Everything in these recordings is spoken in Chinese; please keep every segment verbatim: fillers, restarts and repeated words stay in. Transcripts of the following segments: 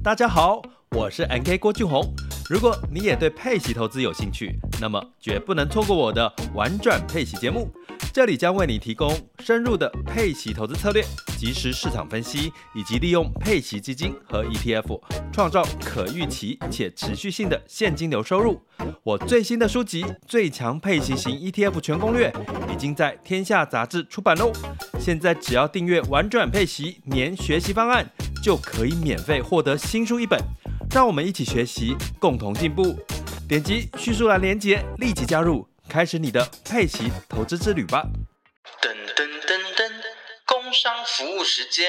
大家好，我是 N K 郭俊宏。如果你也对配息投资有兴趣，那么绝不能错过我的玩转配息节目。这里将为你提供深入的配息投资策略、即时市场分析，以及利用配息基金和 E T F 创造可预期且持续性的现金流收入。我最新的书籍《最强配息型 E T F 全攻略》已经在天下杂志出版喽。现在只要订阅玩转配息年学习方案，就可以免费获得新书一本。让我们一起学习，共同进步。点击叙述栏连结，立即加入，开始你的配息投资之旅吧。 噔噔噔噔，工商服务时间。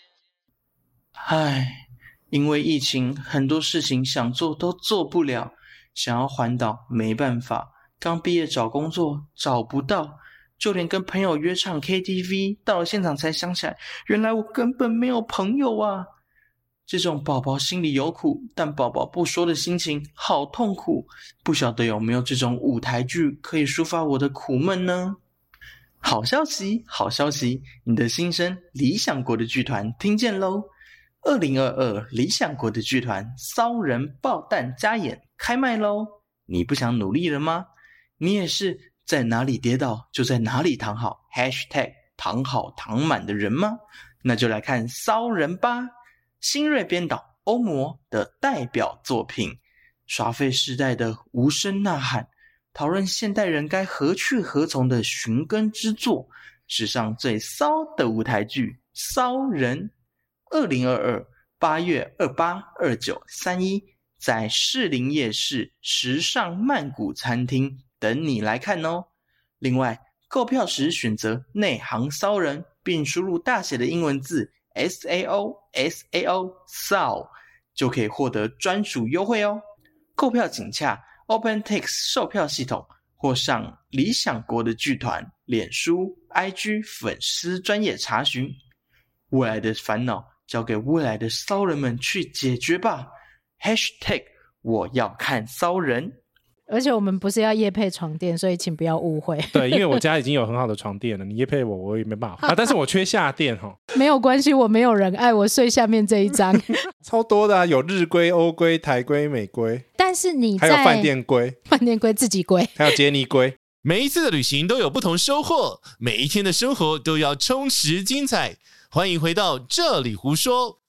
唉，因为疫情，很多事情想做都做不了，想要环岛没办法，刚毕业找工作找不到，就连跟朋友约唱 K T V， 到了现场才想起来，原来我根本没有朋友啊。这种宝宝心里有苦，但宝宝不说的心情好痛苦，不晓得有没有这种舞台剧可以抒发我的苦闷呢？好消息，好消息，你的新生理想国的剧团听见咯。二零二二理想国的剧团骚人爆弹加演开卖咯。你不想努力了吗？你也是在哪里跌倒就在哪里躺好 hashtag 躺好躺满的人吗？那就来看骚人吧。新锐编导欧摩的代表作品，耍废时代的无声呐喊，讨论现代人该何去何从的寻根之作，史上最骚的舞台剧骚人。二零二二八月二八、二九、三一在士林夜市时尚曼谷餐厅等你来看哦。另外购票时选择内行骚人，并输入大写的英文字S A O S A O 骚，就可以获得专属优惠哦。购票请洽 OpenTix 售票系统，或上理想国的剧团脸书 I G 粉丝专页查询。未来的烦恼交给未来的骚人们去解决吧。 hashtag 我要看骚人。 而且我们不是要业配床垫，所以请不要误会。 对，因为我家已经有很好的床垫了，你业配我我也没办法啊。但是我缺下垫齁。 没有关系，我没有人爱我睡下面这一张。 超多的啊，有日规、欧规、台规、美规， 但是你在还有饭店规， 饭店规自己规， 还有杰尼规。 每一次的旅行都有不同收获，每一天的生活都要充实精彩。欢迎回到这里胡说。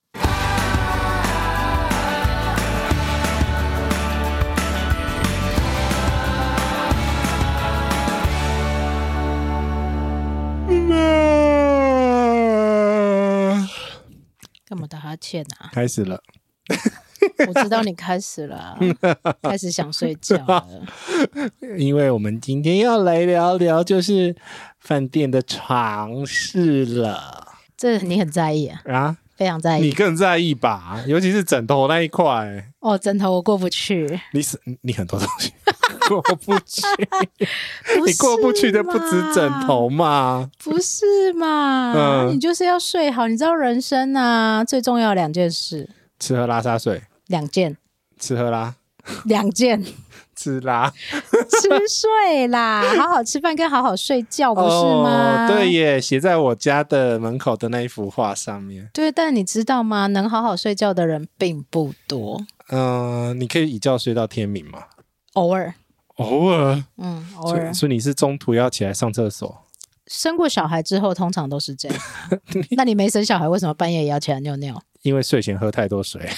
干嘛打哈欠啊？ 开始了。 我知道你开始了、啊、开始想睡觉了。 因为我们今天要来聊聊就是饭店的床事了。 这你很在意啊？ 啊， 非常在意。 你更在意吧，尤其是枕头那一块。 哦，枕头我过不去。 你是你很多东西过不去。你过不去的不止枕头嘛？ 不是嘛、嗯、你就是要睡好。你知道人生啊最重要的两件事， 吃喝拉撒睡。 两件。 吃喝拉两件。 吃拉吃睡啦，好好吃饭跟好好睡觉，不是吗？ 哦，对耶，写在我家的门口的那一幅画上面。 对，但你知道吗？能好好睡觉的人并不多。 嗯、呃，你可以一觉睡到天明吗？ 偶尔。 偶尔。 嗯，偶尔。 所以你是中途要起来上厕所？生过小孩之后通常都是这样。那你没生小孩为什么半夜也要起来尿尿？ 因为睡前喝太多水。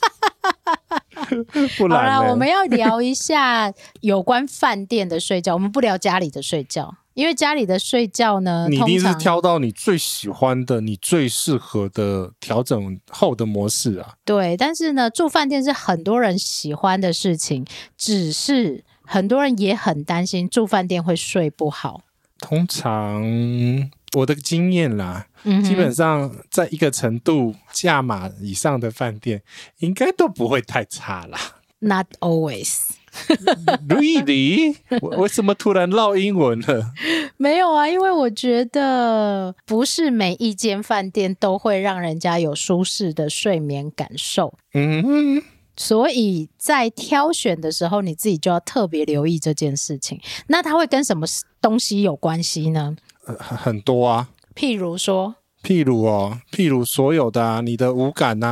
不然呢？ 好啦，我们要聊一下有关饭店的睡觉，我们不聊家里的睡觉，因为家里的睡觉呢， 你一定是挑到你最喜欢的、你最适合的调整后的模式啊。 对，但是呢，住饭店是很多人喜欢的事情，只是很多人也很担心住饭店会睡不好。 通常我的经验啦、嗯、基本上在一个程度价码以上的饭店应该都不会太差啦。 Not always。 Really？ 为什么突然烙英文了？ 没有啊，因为我觉得不是每一间饭店都会让人家有舒适的睡眠感受。嗯哼，所以在挑选的时候你自己就要特别留意这件事情。那它会跟什么东西有关系呢？ 呃、很多啊。 譬如说？ 譬如哦，譬如所有的啊，你的五感啊。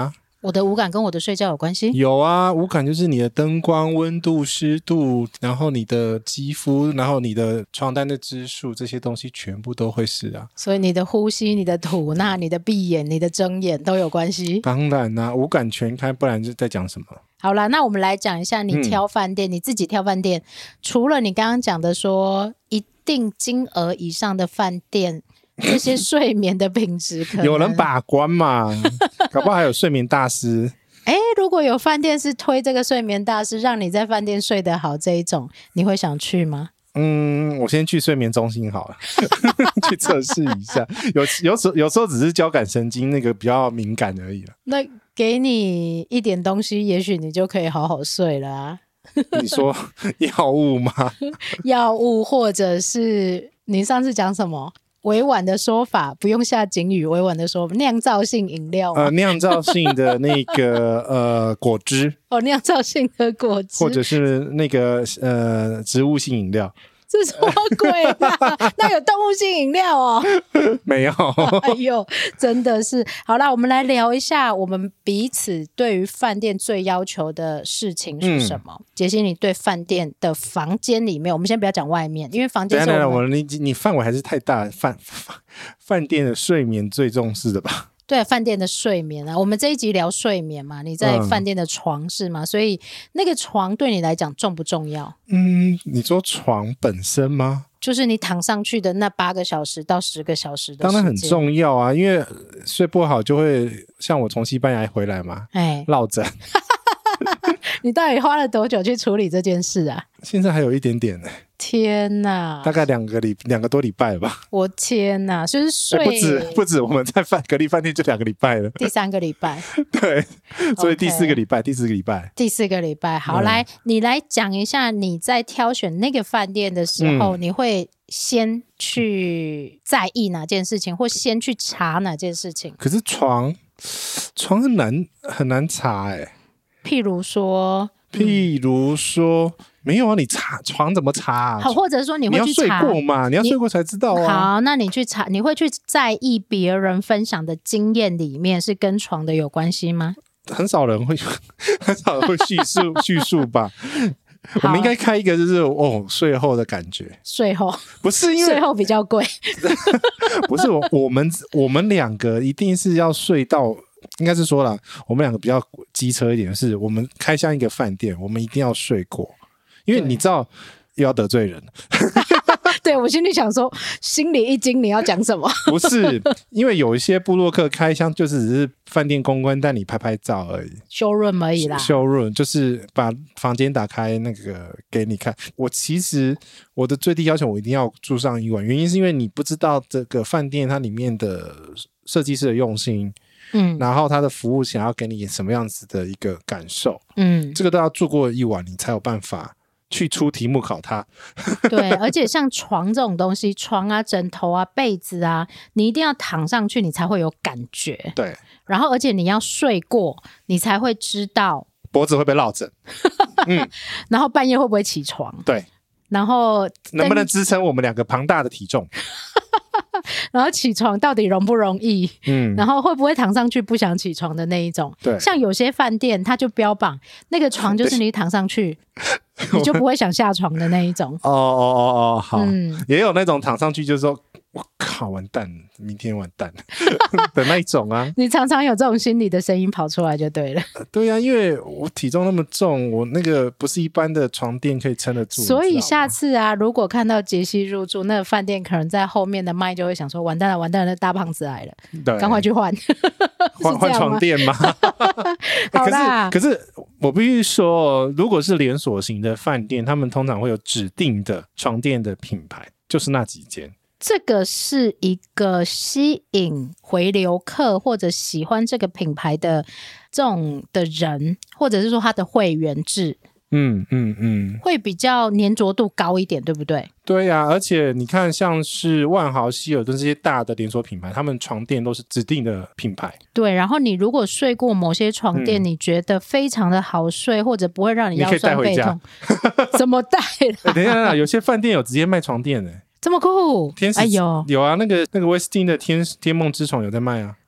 我的五感跟我的睡觉有关系？ 有啊，五感就是你的灯光、温度、湿度，然后你的肌肤，然后你的床单的支数，这些东西全部都会是啊。 所以你的呼吸、你的吐纳、你的闭眼、你的睁眼都有关系？ 当然啊，五感全开，不然就在讲什么？ 好啦，那我们来讲一下你挑饭店、嗯、你自己挑饭店，除了你刚刚讲的说一定金额以上的饭店这些睡眠的品质可能有人把关嘛搞不好还有睡眠大师哎，如果有饭店是推这个睡眠大师让你在饭店睡得好这一种，你会想去吗？ 嗯，我先去睡眠中心好了去测试一下，有有时有时候只是交感神经那个比较敏感而已了。 那给你一点东西也许你就可以好好睡了啊你说药物吗？ 药物，或者是你上次讲什么委婉的说法，不用下警语，委婉的说酿造性饮料呃，酿造性的那个呃果汁哦，酿造性的果汁， 或者是那个呃植物性饮料。 这什么鬼啊那有动物性饮料哦没有哎呦真的是。好啦，我们来聊一下我们彼此对于饭店最要求的事情是什么、嗯、杰西，你对饭店的房间里面，我们先不要讲外面，因为房间是我们我你你范围还是太大，饭饭店的睡眠最重视的吧。 对，饭店的睡眠啊，我们这一集聊睡眠嘛，你在饭店的床是吗、嗯、所以那个床对你来讲重不重要？ 嗯，你说床本身吗？ 就是你躺上去的那八个小时到十个小时的时间， 当然很重要啊，因为睡不好就会像我从西班牙回来嘛，哎，落枕你到底花了多久去处理这件事啊？ 现在还有一点点呢、欸。 天哪， 大概两个礼两个多礼拜了吧。 我天哪，就是睡、 欸、不止不止，我们在饭格力饭店就两个礼拜了， 第三个礼拜对，所以第四个礼拜、okay. 第四个礼拜第四个礼拜好、嗯、来你来讲一下你在挑选那个饭店的时候、嗯、你会先去在意哪件事情，或先去查哪件事情？ 可是床床很难很难查哎、欸， 譬如说譬如说、嗯没有啊，你查床怎么查、啊？ 好，或者说你会去查， 你要睡过嘛？你要睡过才知道啊。 好，那你去查，你会去在意别人分享的经验里面是跟床的有关系吗？ 很少人会，很少人会叙述叙述吧。我们应该开一个就是哦睡后的感觉。 睡后不是因为睡后比较贵， 不是我我们我们两个一定是要睡到。应该是说啦，我们两个比较机车一点，是我们开箱一个饭店，我们一定要睡过。因为你知道又要得罪人对，我心里想说心里一惊，你要讲什么不是，因为有一些部落客开箱就是只是饭店公关带你拍拍照而已， showroom 而已啦， showroom 就是把房间打开那个给你看。我其实我的最低要求我一定要住上一晚，原因是因为你不知道这个饭店它里面的设计师的用心，嗯，然后他的服务想要给你什么样子的一个感受，嗯，这个都要住过一晚你才有办法去出题目考他对，而且像床这种东西，床啊枕头啊被子啊，你一定要躺上去你才会有感觉， 对， 然后而且你要睡过你才会知道脖子会不会落枕嗯，然后半夜会不会起床， 对， 然后能不能支撑我们两个庞大的体重然后起床到底容不容易，嗯，然后会不会躺上去不想起床的那一种， 对， 像有些饭店他就标榜那个床就是你躺上去你就不会想下床的那一种哦哦哦哦，好、嗯、也有那种躺上去就是说我靠完蛋明天完蛋的那一种啊你常常有这种心理的声音跑出来就对了、 呃、对啊，因为我体重那么重，我那个不是一般的床垫可以撑得住， 所以下次啊如果看到杰西入住那个饭店，可能在后面的麦就会想说完蛋了完蛋了，那大胖子来了，对，赶快去换换换床垫吗好啦可是可是我必须说，如果是连锁型的饭店，他们通常会有指定的床垫的品牌，就是那几间。 这个是一个吸引回流客或者喜欢这个品牌的这种的人，或者是说他的会员制，嗯嗯嗯，会比较粘着度高一点，对不对？ 对啊，而且你看像是万豪、希尔顿这些大的连锁品牌，他们床垫都是指定的品牌。 对，然后你如果睡过某些床垫、嗯、你觉得非常的好睡，或者不会让你腰酸背痛，怎么带啦、 欸、等一下，有些饭店有直接卖床垫的、欸、 这么酷， 天使、哎、有有啊，那个那个威斯汀的天天梦之床有在卖啊。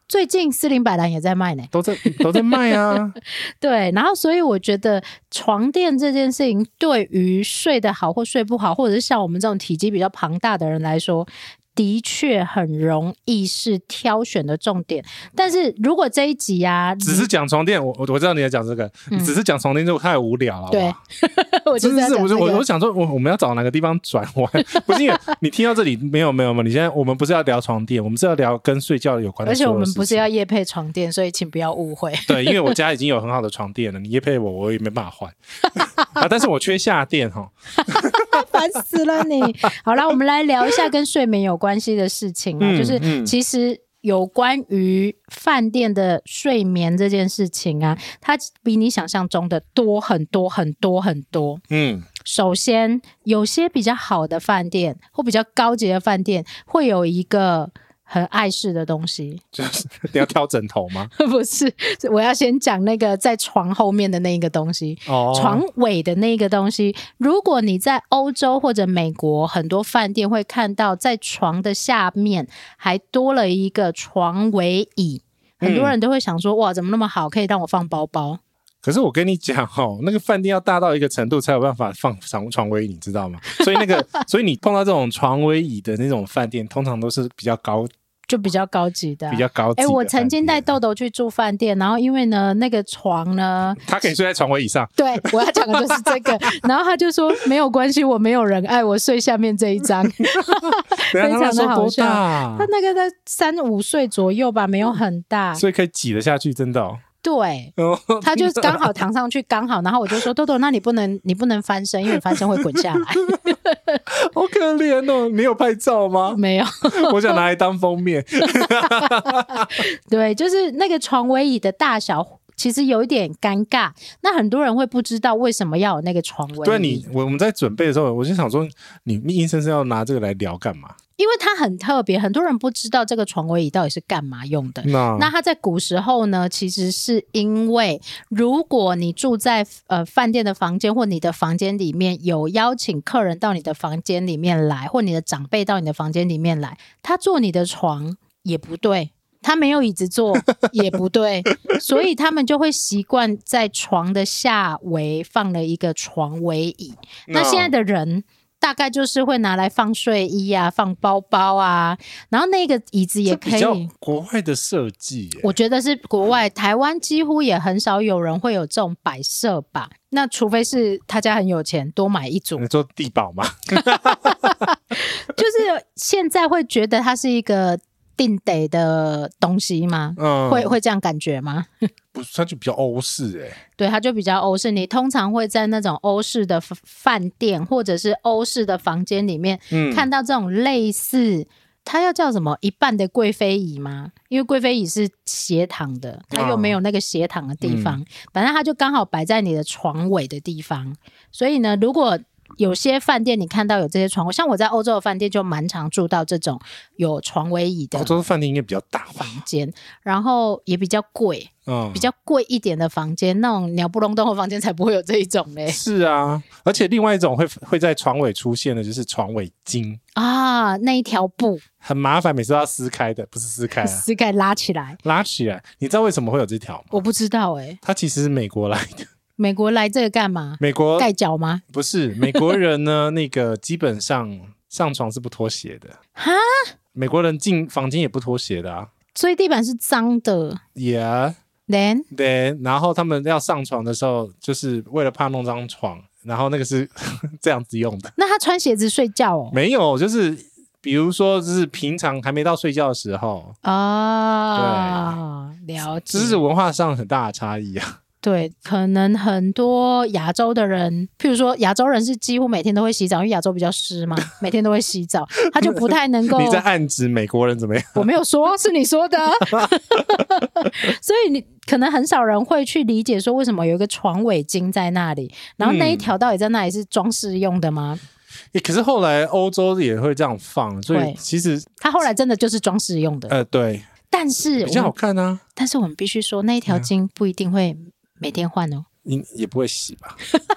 最近四零百兰也在卖呢， 都在都在卖啊。 对，然后所以我觉得床垫这件事情对于睡得好或睡不好，或者是像我们这种体积比较庞大的人来说，的确很容易是挑选的重点。但是如果这一集啊， 只是讲床垫，我我知道你在讲这个，嗯、只是讲床垫就太无聊了。 对，我就是在讲、这个、 我我我想说，我我们要找哪个地方转弯？不是因为你听到这里，没有没有没有，你现在我们不是要聊床垫，我们是要聊跟睡觉有关的。 而且我们不是要业配床垫，所以请不要误会。 对，因为我家已经有很好的床垫了，你业配我，我也没办法换啊。但是我缺下垫哈。 烦死了你！好啦，我们来聊一下跟睡眠有关系的事情啊，嗯、就是其实有关于饭店的睡眠这件事情啊，它比你想象中的多很多很多很多。嗯，首先有些比较好的饭店或比较高级的饭店会有一个很碍事的东西， 就是你要挑枕头吗？ 不是，我要先讲那个在床后面的那一个东西，哦、床尾的那个东西。如果你在欧洲或者美国，很多饭店会看到在床的下面还多了一个床尾椅，很多人都会想说，嗯、哇，怎么那么好，可以让我放包包。 可是我跟你讲哦，那个饭店要大到一个程度才有办法放床床尾椅，你知道吗？所以那个，所以你碰到这种床尾椅的那种饭店，通常都是比较高， 就比较高级的、啊， 比较高级的。哎、 欸，我曾经带豆豆去住饭店，然后因为呢，那个床呢， 他可以睡在床尾椅上。 对，我要讲的就是这个。然后他就说没有关系，我没有人爱我睡下面这一张，非常的好笑。他那个在三五岁左右吧，没有很大， 所以可以挤得下去，真的、哦。 对，他就刚好躺上去，刚好，然后我就说豆豆，那你不能，你不能翻身，因为翻身会滚下来。 好可怜哦！你有拍照吗？ 没有， 我想拿来当封面。 对，就是那个床尾椅的大小。其实有一点尴尬，那很多人会不知道为什么要有那个床尾椅。 对，你我们在准备的时候，我就想说，你硬生生要拿这个来聊干嘛？ 因为它很特别，很多人不知道这个床尾椅到底是干嘛用的。那, 那它在古时候呢，其实是因为如果你住在呃饭店的房间，或你的房间里面有邀请客人到你的房间里面来，或你的长辈到你的房间里面来，他坐你的床也不对。他没有椅子坐也不对，所以他们就会习惯在床的下围放了一个床尾椅。那现在的人大概就是会拿来放睡衣啊，放包包啊，然后那个椅子也可以。 这比较国外的设计耶， 我觉得是国外，台湾几乎也很少有人会有这种摆设吧。那除非是他家很有钱，多买一组。 你做地堡吗？ 就是现在会觉得它是一个定得的东西吗？嗯，会会这样感觉吗？ 不是，它就比较欧式哎、欸。 对，它就比较欧式。你通常会在那种欧式的饭店或者是欧式的房间里面、嗯、看到这种类似，它要叫什么一半的贵妃椅吗？因为贵妃椅是斜躺的，它又没有那个斜躺的地方，嗯、反正它就刚好摆在你的床尾的地方。所以呢，如果有些饭店你看到有这些床位，像我在欧洲的饭店就蛮常住到这种有床尾椅的。 欧洲的饭店应该比较大房间，然后也比较贵，嗯，比较贵一点的房间，那种鸟不隆咚的房间才不会有这一种嘞。 是啊，而且另外一种会会在床尾出现的就是床尾巾啊，那一条布很麻烦，每次都要撕开的，不是撕开、啊， 撕开拉起来， 拉起来。你知道为什么会有这条吗？ 我不知道哎、欸， 它其实是美国来的。 美国来这个干嘛？ 美国盖脚吗？ 不是，美国人呢，那个基本上上床是不脱鞋的。哈？美国人进房间也不脱鞋的啊。 所以地板是脏的。 Yeah. Then? Then, 然后他们要上床的时候，就是为了怕弄脏床，然后那个是这样子用的。 那他穿鞋子睡觉哦？ 没有，就是比如说，就是平常还没到睡觉的时候。 哦，对，了解。 这是文化上很大的差异啊。 对，可能很多亚洲的人，譬如说亚洲人是几乎每天都会洗澡，因为亚洲比较湿嘛，每天都会洗澡，他就不太能够。 你在暗指美国人怎么样？ 我没有说，是你说的。所以你可能很少人会去理解说为什么有一个床尾巾在那里，然后那一条到底在那里是装饰用的吗？ 欸、可是后来欧洲也会这样放，所以其实他后来真的就是装饰用的。 呃，对， 但是比较好看啊。 但是我们必须说，那一条巾不一定会每天换哦， 你也不会洗吧？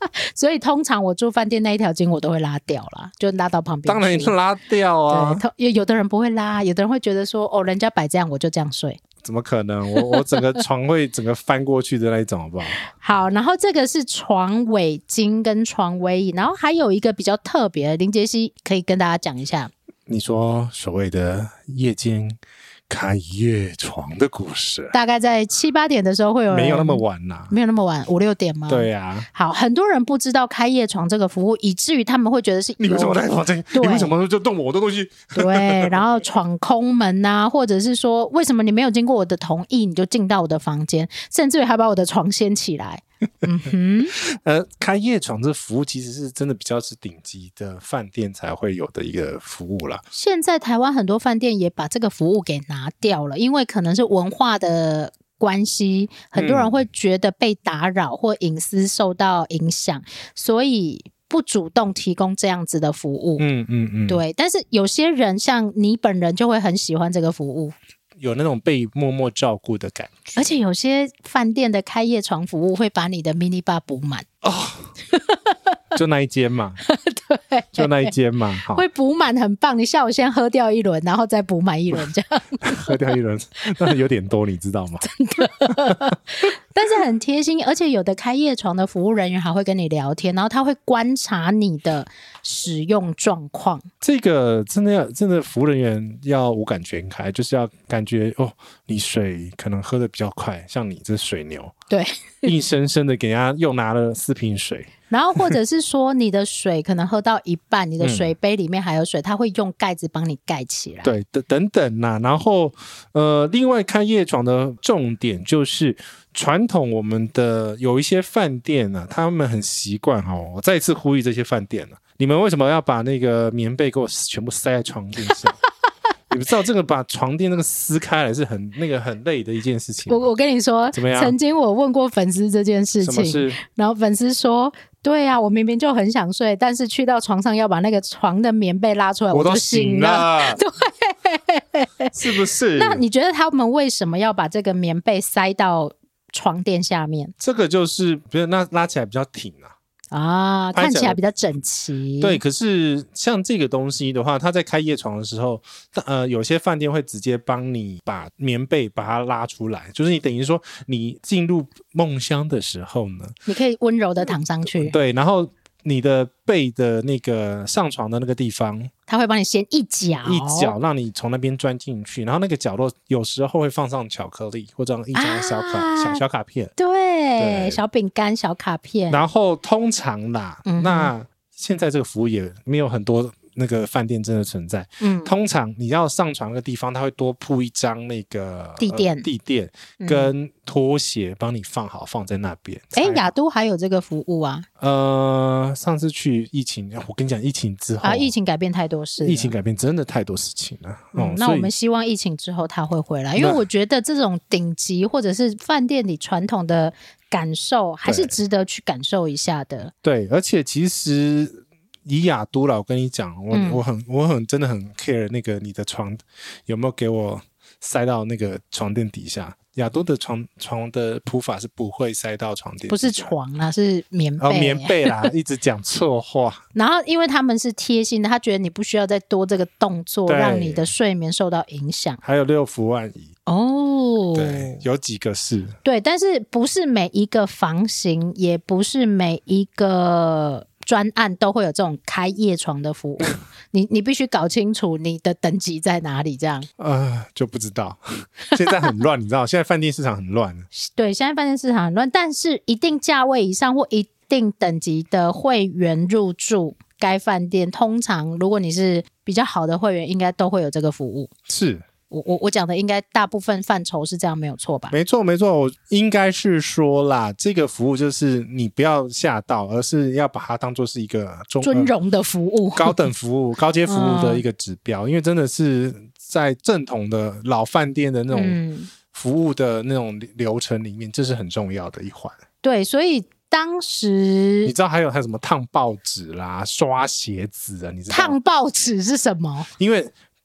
所以通常我住饭店那一条筋我都会拉掉啦，就拉到旁边去。 当然也是拉掉啊。 对，有的人不会拉，有的人会觉得说哦，人家摆这样我就这样睡。 怎么可能？我我整个床会整个翻过去的那一种，好不好？ 好，然后这个是床尾巾跟床尾椅，然后还有一个比较特别的，林杰西可以跟大家讲一下。 你说所谓的夜间开夜床的故事， 大概在七八点的时候会有人， 没有那么晚呐、啊， 没有那么晚，五六点吗？ 对啊。 好，很多人不知道开夜床这个服务，以至于他们会觉得是你为什么在房间？你为什么就动我的东西？ 对，然后闯空门啊，或者是说为什么你没有经过我的同意你就进到我的房间，甚至于还把我的床掀起来。嗯哼， 呃，开夜床这服务其实是真的比较是顶级的饭店才会有的一个服务啦。 现在台湾很多饭店也把这个服务给拿掉了，因为可能是文化的关系，很多人会觉得被打扰或隐私受到影响，所以不主动提供这样子的服务。 嗯嗯嗯， 对。但是有些人像你本人就会很喜欢这个服务。 有那种被默默照顾的感觉， 而且有些饭店的开夜床服务会把你的 mini bar 补满哦，就那一间嘛， 对， 就那一间嘛，好， 会补满很棒。你下午先喝掉一轮，然后再补满一轮，这样喝掉一轮，那有点多，你知道吗？ 真的，但是很贴心，而且有的开夜床的服务人员还会跟你聊天，然后他会观察你的使用状况。 这个真的要，真的服务人员要五感全开，就是要感觉哦，你水可能喝的比较快，像你这水牛， 对， 硬生生的给人家又拿了四瓶水。 然后或者是说你的水可能喝到一半，你的水杯里面还有水，他会用盖子帮你盖起来。 对，等等啦、啊。然后呃，另外开夜床的重点就是传统我们的有一些饭店啊，他们很习惯哦。我再一次呼吁这些饭店啊，你们为什么要把那个棉被给我全部塞在床垫上？你不知道这个把床垫那个撕开来是很那个很累的一件事情。 我我跟你说， 怎么样？ 曾经我问过粉丝这件事情， 什么事？ 然后粉丝说：“对啊，我明明就很想睡，但是去到床上要把那个床的棉被拉出来， 我都就醒了。” 对， 是不是？ 那你觉得他们为什么要把这个棉被塞到床垫下面？ 这个就是比如那拉起来比较挺啊。 啊，看起来比较整齐。 对，可是像这个东西的话，他在开夜床的时候，呃，有些饭店会直接帮你把棉被把它拉出来，就是你等于说你进入梦乡的时候呢， 你可以温柔的躺上去。 对，然后你的被的那个上床的那个地方， 他会帮你掀一角一角，让你从那边钻进去，然后那个角落有时候会放上巧克力或者一张小卡、啊、小小卡片， 对， 对小饼干、小卡片。 然后通常啦， 嗯、 那现在这个服务也没有很多那个饭店真的存在。嗯，通常你要上床的地方，他会多铺一张那个地垫、 呃、地垫跟拖鞋帮你放好，放在那边。 哎，亚都还有这个服务啊？ 呃，上次去疫情，我跟你讲，疫情之后啊，疫情改变太多事了， 疫情改变真的太多事情了。 嗯，那我们希望疫情之后它会回来，因为我觉得这种顶级或者是饭店里传统的感受，还是值得去感受一下的。 对，而且其实以亚都啦，我跟你讲，我、嗯、我很我很真的很 care 那个你的床有没有给我塞到那个床垫底下。亚都的床床的铺法是不会塞到床垫， 不是床啦，是棉被。 哦，棉被啦，一直讲错话。 然后，因为他们是贴心的，他觉得你不需要再多这个动作，让你的睡眠受到影响。 还有六伏万仪哦， 对，有几个是。 对，但是不是每一个房型，也不是每一个专案都会有这种开夜床的服务，你你必须搞清楚你的等级在哪里，这样。 呃，就不知道，现在很乱，你知道，现在饭店市场很乱。 对，现在饭店市场很乱，但是一定价位以上或一定等级的会员入住该饭店，通常如果你是比较好的会员，应该都会有这个服务。 是。 我我我讲的应该大部分范畴是这样，没有错吧？ 没错没错，我应该是说啦，这个服务就是你不要吓到，而是要把它当作是一个中尊荣的服务、 高等服务、高阶服务的一个指标、嗯，因为真的是在正统的老饭店的那种服务的那种流程里面，这是很重要的一环。 对，所以当时你知道还有还有什么烫报纸啦、刷鞋子啊？你知道烫报纸是什么？ 因为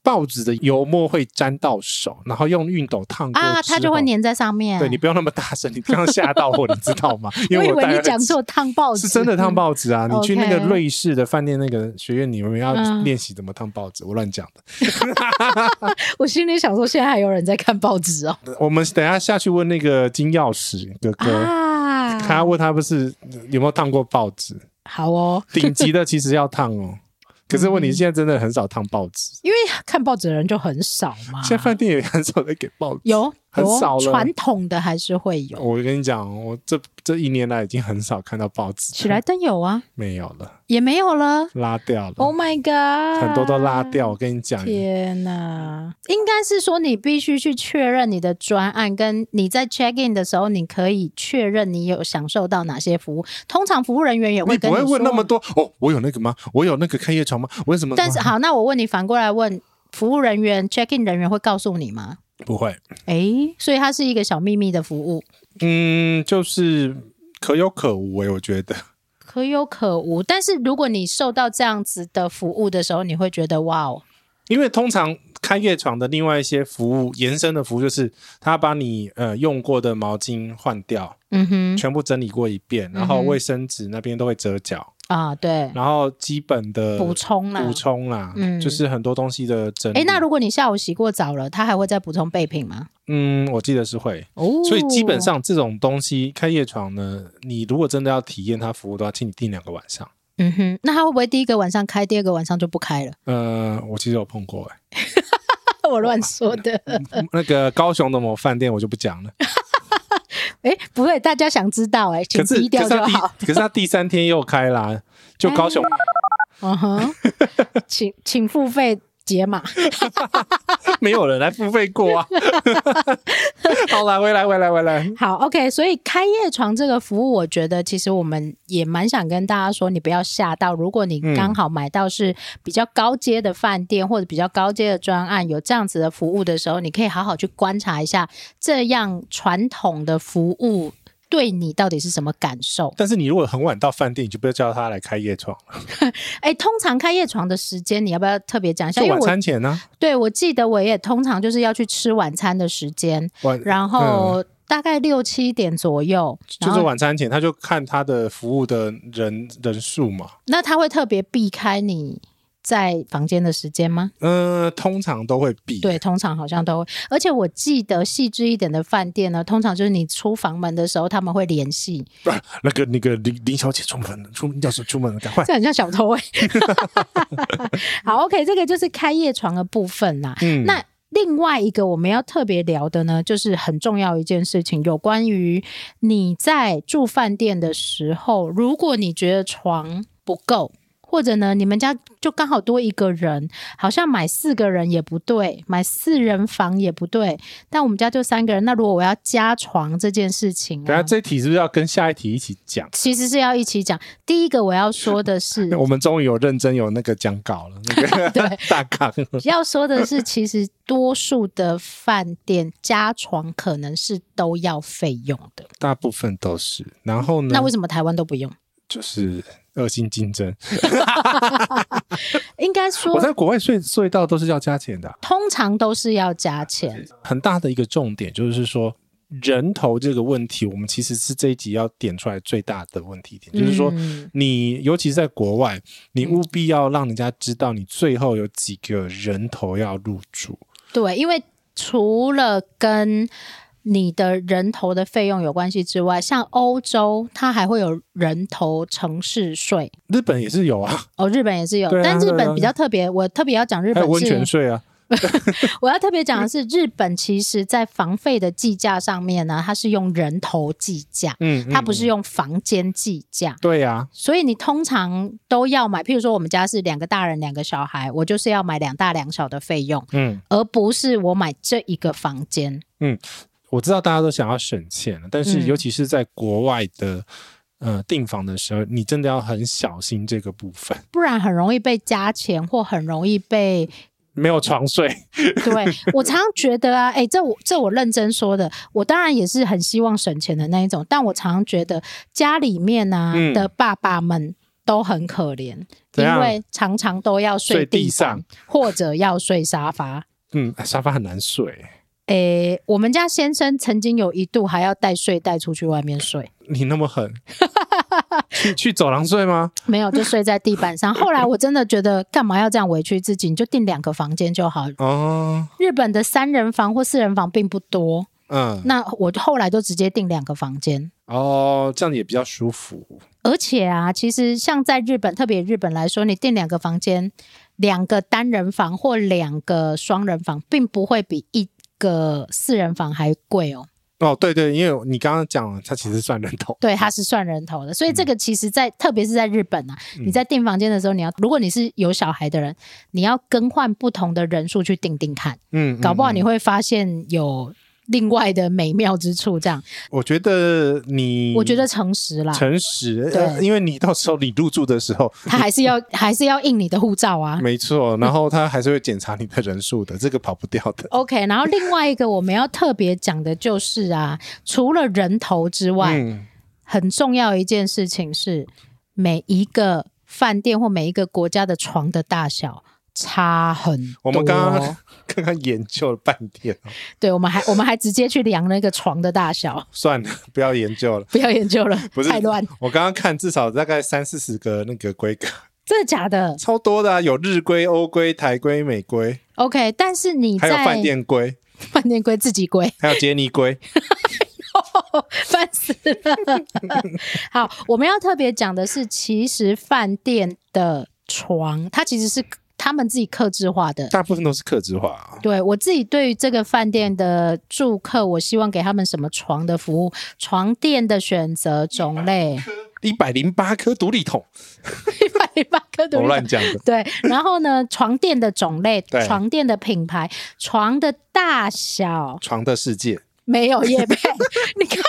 报纸的油墨会沾到手，然后用熨斗烫过啊，它就会粘在上面。 对，你不用那么大声，你这样吓到我，你知道吗？因为我, 我以为你讲错烫报纸， 是真的烫报纸啊！ 嗯、 你去那个瑞士的饭店那个学院，你们要练习怎么烫报纸，嗯、我乱讲的。 我心里想说，现在还有人在看报纸哦。 我们等一下下去问那个金钥匙哥哥，啊、他问他不是有没有烫过报纸？ 好哦， 顶级的其实要烫哦。可是问题现在真的很少烫报纸， 因为看报纸的人就很少嘛。 现在饭店也很少在给报纸， 有很少了。 传统的还是会有。 我跟你讲，我这这一年来已经很少看到报纸。 喜来登有啊， 没有了， 也没有了， 拉掉了。 Oh my god， 很多都拉掉。我跟你讲， 天哪！应该是说你必须去确认你的专案，跟你在 check in 的时候，你可以确认你有享受到哪些服务。通常服务人员也会跟你说， 你不会问那么多哦。我有那个吗？我有那个开业床吗？我有什么？ 但是好，那我问你，反过来问，服务人员 check in 人员会告诉你吗？ 不会。 诶，所以它是一个小秘密的服务。 嗯，就是可有可无诶、欸，我觉得可有可无。但是如果你受到这样子的服务的时候，你会觉得哇哦。 因为通常开业床的另外一些服务延伸的服务就是他把你呃用过的毛巾换掉，嗯哼，全部整理过一遍，然后卫生纸那边都会折角啊，对， 然后基本的补充啦， 补充啦，嗯，就是很多东西的整理。 哎，那如果你下午洗过澡了，他还会再补充备品吗？ 嗯，我记得是会。哦，所以基本上这种东西开业床呢，你如果真的要体验它服务的话，请你订两个晚上。 嗯哼，那他会不会第一个晚上开，第二个晚上就不开了？ 呃，我其实有碰过哎、 欸，我乱说的。 那个高雄的某饭店我就不讲了。 哎、欸，不会，大家想知道哎、欸，请低调就好。 可是他第三天又开啦，就高雄。 嗯哼，请请付费解码。 没有人来付费过啊。好啦，回来回来回来。 好 OK， 所以开业床这个服务我觉得其实我们也蛮想跟大家说，你不要吓到，如果你刚好买到是比较高阶的饭店、嗯、或者比较高阶的专案有这样子的服务的时候，你可以好好去观察一下这样传统的服务对你到底是什么感受。 但是你如果很晚到饭店，你就不要叫他来开夜床了。 哎，通常开夜床的时间你要不要特别讲一下？ 就晚餐前呢、啊？ 对，我记得我也通常就是要去吃晚餐的时间，然后大概六七点左右、 嗯、就是晚餐前他就看他的服务的人人数嘛。 那他会特别避开你在房间的时间吗？ 呃，通常都会避。 对，通常好像都会。而且我记得细致一点的饭店呢，通常就是你出房门的时候他们会联系。 不是，那个那个林林小姐出门了，出要是出门了，赶快。 这很像小偷哎、欸。好 ，OK， 这个就是开业床的部分啦。嗯，那另外一个我们要特别聊的呢，就是很重要一件事情，有关于你在住饭店的时候，如果你觉得床不够。或者呢，你们家就刚好多一个人，好像买四个人也不对，买四人房也不对，但我们家就三个人，那如果我要加床这件事情、啊， 等下这一题是不是要跟下一题一起讲？ 其实是要一起讲。第一个我要说的是， 我们终于有认真有那个讲稿了，那个对大纲。 要说的是，其实多数的饭店加床可能是都要费用的， 大部分都是。然后呢？ 那为什么台湾都不用？ 就是恶性竞争。 应该说我在国外睡隧道都是要加钱的、啊、 通常都是要加钱。 很大的一个重点就是说人头这个问题，我们其实是这一集要点出来最大的问题点、嗯、就是说你尤其是在国外，你务必要让人家知道你最后有几个人头要入住。 对，因为除了跟你的人头的费用有关系之外，像欧洲它还会有人头城市税。 日本也是有啊。 哦，日本也是有、啊、但日本比较特别，我特别要讲日本是还有温泉税啊。 我要特别讲的是，日本其实在房费的计价上面呢，它是用人头计价，嗯，它不是用房间计价。 对呀、啊， 所以你通常都要买，譬如说我们家是两个大人两个小孩，我就是要买两大两小的费用，嗯，而不是我买这一个房间。 嗯，我知道大家都想要省钱，但是尤其是在国外的、嗯、呃订房的时候，你真的要很小心这个部分， 不然很容易被加钱，或很容易被没有床睡。 对，我常常觉得啊，哎，这我这我认真说的，我当然也是很希望省钱的那一种，但我常常觉得家里面啊、嗯、的爸爸们都很可怜，因为常常都要睡地上或者要睡沙发。 嗯，沙发很难睡。 诶，我们家先生曾经有一度还要带睡袋出去外面睡。 你那么狠去去走廊睡吗？ 没有，就睡在地板上。后来我真的觉得干嘛要这样委屈自己，你就订两个房间就好。哦，日本的三人房或四人房并不多，嗯，那我后来就直接订两个房间。 哦，这样也比较舒服。 而且啊，其实像在日本，特别日本来说，你订两个房间，两个单人房或两个双人房，并不会比一个四人房还贵哦。 哦，对对，因为你刚刚讲了，它其实算人头， 对，它是算人头的，所以这个其实在，在、嗯、特别是在日本啊，你在订房间的时候，你要，如果你是有小孩的人，你要更换不同的人数去订订看，嗯，搞不好你会发现有另外的美妙之处。这样， 我觉得你， 我觉得诚实啦， 诚实，呃，因为你到时候你入住的时候， 他还是要还是要印你的护照啊， 没错，然后他还是会检查你的人数的，这个跑不掉的。 OK， 然后另外一个我们要特别讲的就是啊，除了人头之外，嗯，很重要一件事情是每一个饭店或每一个国家的床的大小差很多。 我们刚刚刚刚研究了半天，哦， 对，我们还我们还直接去量那个床的大小。 算了，不要研究了， 不要研究了，不是太乱。 我刚刚看至少大概三四十个那个规格， 真的假的？ 超多的啊，有日规、欧规、台规、美规。 OK， 但是你在还有饭店规、 饭店规、自己规， 还有杰尼规。 烦死了。好，我们要特别讲的是，其实饭店的床它其实是他们自己客制化的， 大部分都是客制化，啊。 对，我自己对于这个饭店的住客，我希望给他们什么床的服务，床垫的选择种类， 一百零八颗独立桶， 一百零八颗独立桶， 我乱讲的。 对，然后呢，床垫的种类，床垫的品牌，床的大小， 床的世界。 没有业配，你干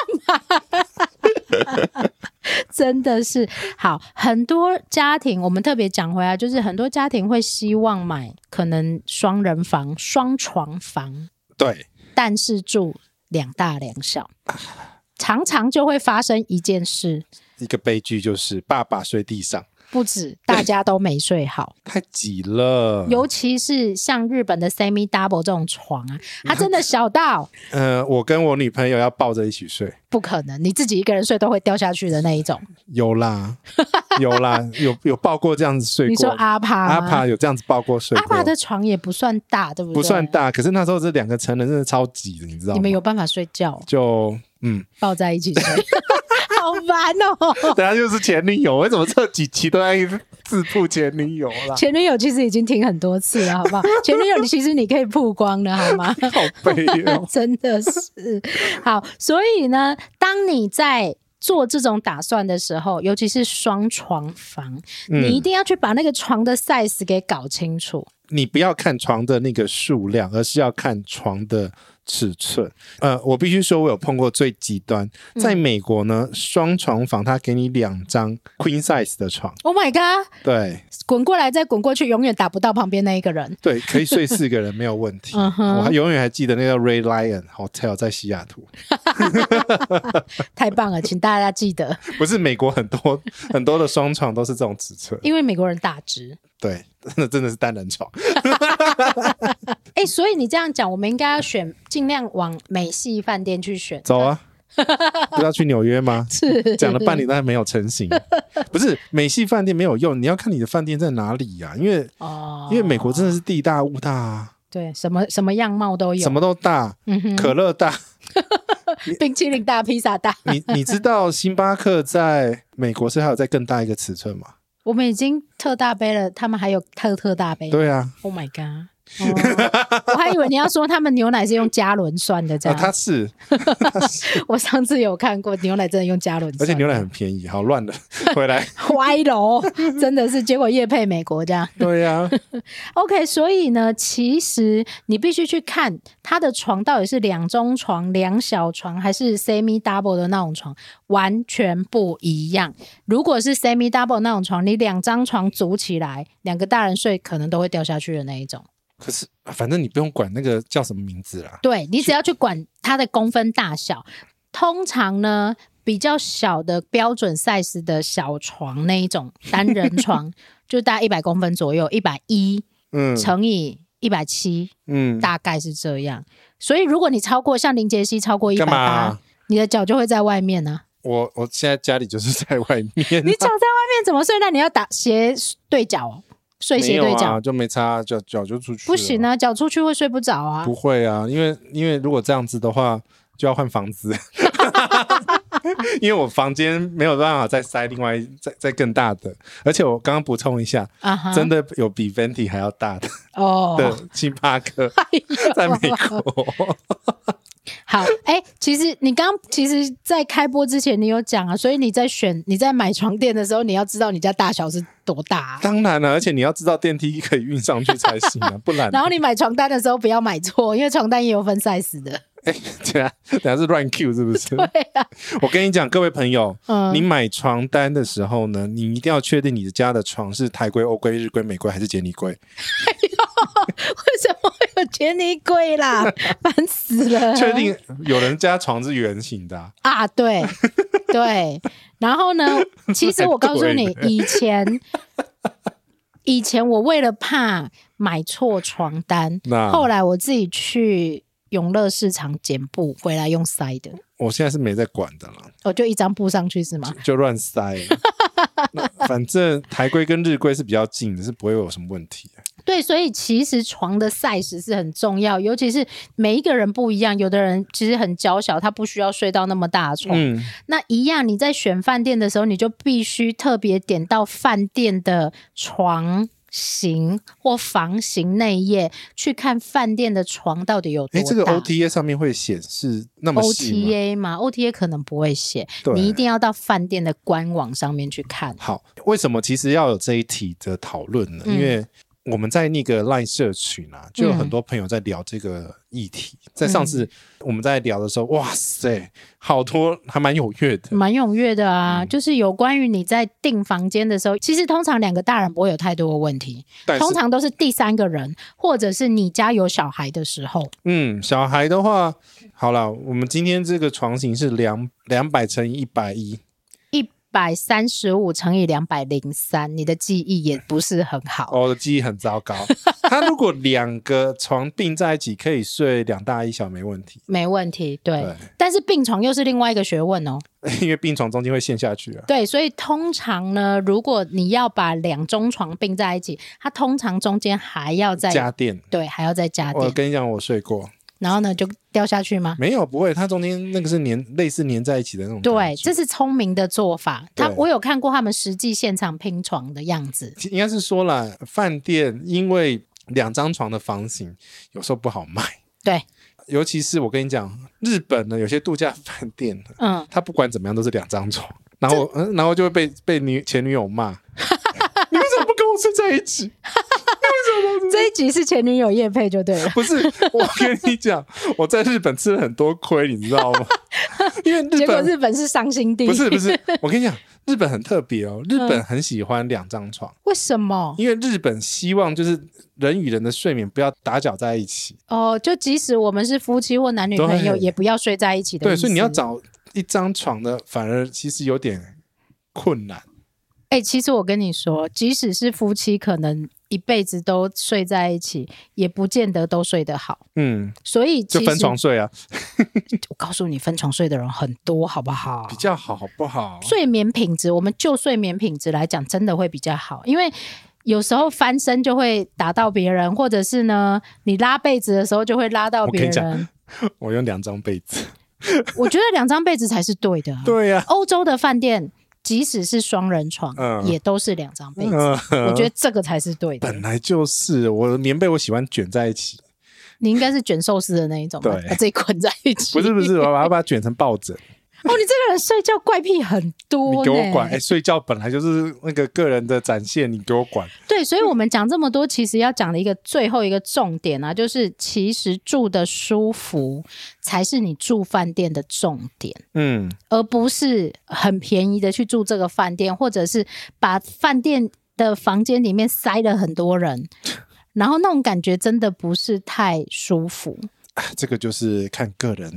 嘛？真的是好，很多家庭，我们特别讲回来，就是很多家庭会希望买可能双人房、双床房， 对， 但是住两大两小，常常就会发生一件事， 一个悲剧就是爸爸睡地上。 不止，大家都没睡好， 太挤了。 尤其是像日本的 semi double 这种床啊，它真的小到， 呃，我跟我女朋友要抱着一起睡， 不可能，你自己一个人睡都会掉下去的那一种。 有啦，有啦，有有抱过这样子睡过。 你说阿帕， 阿帕有这样子抱过睡过。 阿帕的床也不算大，对不对？ 不算大，可是那时候这两个成人真的超挤的，你知道吗？ 你们有办法睡觉？ 就嗯， 抱在一起睡。好烦哦！ 等下就是前女友，为什么这几期都在自曝前女友啦？ 前女友其实已经听很多次了，好不好？前女友其实你可以曝光了，好吗？ 好悲哦， 真的是好。所以呢，当你在做这种打算的时候，尤其是双床房，嗯，你一定要去把那个床的 size 给搞清楚。 你不要看床的那个数量，而是要看床的尺寸。呃，我必须说，我有碰过最极端，在美国呢，双床房它给你两张 queen size 的床。 Oh my god！ 对， 滚过来再滚过去，永远打不到旁边那一个人。 对，可以睡四个人没有问题。uh huh. 我还永远还记得那个 Red Lion Hotel 在西雅图。 太棒了，请大家记得。 不是美国很多很多的双床都是这种尺寸， 因为美国人大只。 对，真的真的是单人床。 哎、欸，所以你这样讲，我们应该要选，尽量往美系饭店去选。 走啊！不要去纽约吗？ 是讲了半年，但还没有成型。不是美系饭店没有用，你要看你的饭店在哪里呀、啊？因为、哦、因为美国真的是地大物大啊。 对，什么什么样貌都有， 什么都大，嗯、哼可乐大， 冰淇淋大，披萨大。 你你知道星巴克在美国是还有再更大一个尺寸吗？ 我们已经特大杯了，他们还有特特大杯。 对啊 ，Oh my god！哦、我还以为你要说他们牛奶是用加仑算的，这样。 啊、它是， 它是我上次有看过牛奶真的用加仑算， 而且牛奶很便宜，好乱的。回来歪楼，真的是结果业配美国这样。 对呀、啊。 OK， 所以呢，其实你必须去看他的床到底是两中床、两小床，还是 semi double 的那种床，完全不一样。如果是 semi double 那种床，你两张床组起来，两个大人睡可能都会掉下去的那一种。 可是反正你不用管那个叫什么名字啦， 对，你只要去管它的公分大小。通常呢， 比较小的标准 size 的小床那一种单人床就大概一百公分左右，一百一十乘以一百七十，嗯，大概是这样。所以如果你超过像林杰西超过一百八十，你的脚就会在外面啊。 我我现在家里就是在外面、啊、你脚在外面怎么睡？那你要打斜对脚哦，睡斜对脚、 啊、就没差，脚脚就出去了。 不行啊，脚出去会睡不着啊。 不会啊，因为因为如果这样子的话就要换房子因为我房间没有办法再塞另外 再, 再更大的，而且我刚刚补充一下、uh-huh. 真的有比 Venti 还要大的、oh. 的星巴克、哎、在美国好，哎、欸，其实你刚刚其实在开播之前你有讲啊，所以你在选你在买床垫的时候你要知道你家大小是多大、啊、 当然了，而且你要知道电梯可以运上去才行啊不然然后你买床单的时候不要买错，因为床单也有分 size 的。 哎、欸，等下等下是乱 Q 是不是？ 对啊， 我跟你讲，各位朋友、嗯，你买床单的时候呢，你一定要确定你家的床是台规、欧规、日规、美规还是杰尼规。 哎呦，为什么会有杰尼规啦？烦死了！ 确定有人家床是圆形的啊？ 啊对对，然后呢？其实我告诉你，以前以前我为了怕买错床单，后来我自己去永乐市场剪布回来用塞的。 我现在是没在管的了， 我、哦、就一张布上去是吗？ 就乱塞反正台规跟日规是比较近的，是不会有什么问题。 对，所以其实床的 size 是很重要，尤其是每一个人不一样，有的人其实很娇小，他不需要睡到那么大的床、嗯、那一样你在选饭店的时候，你就必须特别点到饭店的床型或房型内页去看饭店的床到底有多大。 这个 O T A 上面会显示那么细吗？ O T A 吗？ O T A 可能不会写，你一定要到饭店的官网上面去看。 好，为什么其实要有这一题的讨论呢、嗯、因为我们在那个 LINE 社群啊，就有很多朋友在聊这个议题、嗯、在上次我们在聊的时候，哇塞，好多还蛮踊跃的， 蛮踊跃的啊、嗯、就是有关于你在订房间的时候，其实通常两个大人不会有太多的问题，通常都是第三个人或者是你家有小孩的时候。 嗯，小孩的话，好啦，我们今天这个床型是两两百乘以一百一。 一百三十五乘以两百零三，你的记忆也不是很好。 我的记忆很糟糕。他如果两个床并在一起，可以睡两大一小没问题， 没问题。 对, 对，但是并床又是另外一个学问哦， 因为并床中间会陷下去啊。 对，所以通常呢，如果你要把两中床并在一起，它通常中间还要再加垫， 对，还要再加垫。 我跟你讲，我睡过。 然后呢就掉下去吗？ 没有，不会，它中间那个是粘类似粘在一起的那种。 对，这是聪明的做法。他我有看过他们实际现场拼床的样子。 应该是说啦，饭店因为两张床的房型有时候不好卖。 对，尤其是我跟你讲，日本呢有些度假饭店，嗯，他不管怎么样都是两张床，然后、嗯、然后就会被被女前女友骂，你为什么不跟我睡在一起？ 这一集是前女友业配就对了。 不是，我跟你讲，我在日本吃了很多亏，你知道吗？因为日本结果日本是伤心地。 不是不是，我跟你讲，日本很特别哦，日本很喜欢两张床、嗯。为什么？ 因为日本希望就是人与人的睡眠不要打搅在一起。 哦，就即使我们是夫妻或男女朋友，也不要睡在一起的意思。 对，所以你要找一张床的，反而其实有点困难。 哎、欸，其实我跟你说，即使是夫妻，可能一辈子都睡在一起，也不见得都睡得好。嗯，所以就分床睡啊。 我告诉你，分床睡的人很多，好不好？ 比较好，好不好？ 睡眠品质，我们就睡眠品质来讲，真的会比较好，因为有时候翻身就会打到别人，或者是呢，你拉被子的时候就会拉到别人。 我, 我用两张被子， 我觉得两张被子才是对的、啊。 对呀、啊， 欧洲的饭店。即使是双人床、嗯、也都是两张被子、嗯、我觉得这个才是对的。 本来就是我的棉被我喜欢卷在一起。 你应该是卷寿司的那一种吧，把自己捆在一起。 不是不是，我要把它卷成抱枕。 哦，你这个人睡觉怪癖很多。 你给我管、欸、睡觉本来就是那个个人的展现，你给我管。 对，所以我们讲这么多，其实要讲的一个最后一个重点啊，就是其实住的舒服才是你住饭店的重点，嗯，而不是很便宜的去住这个饭店，或者是把饭店的房间里面塞了很多人，然后那种感觉真的不是太舒服。 这个就是看个人。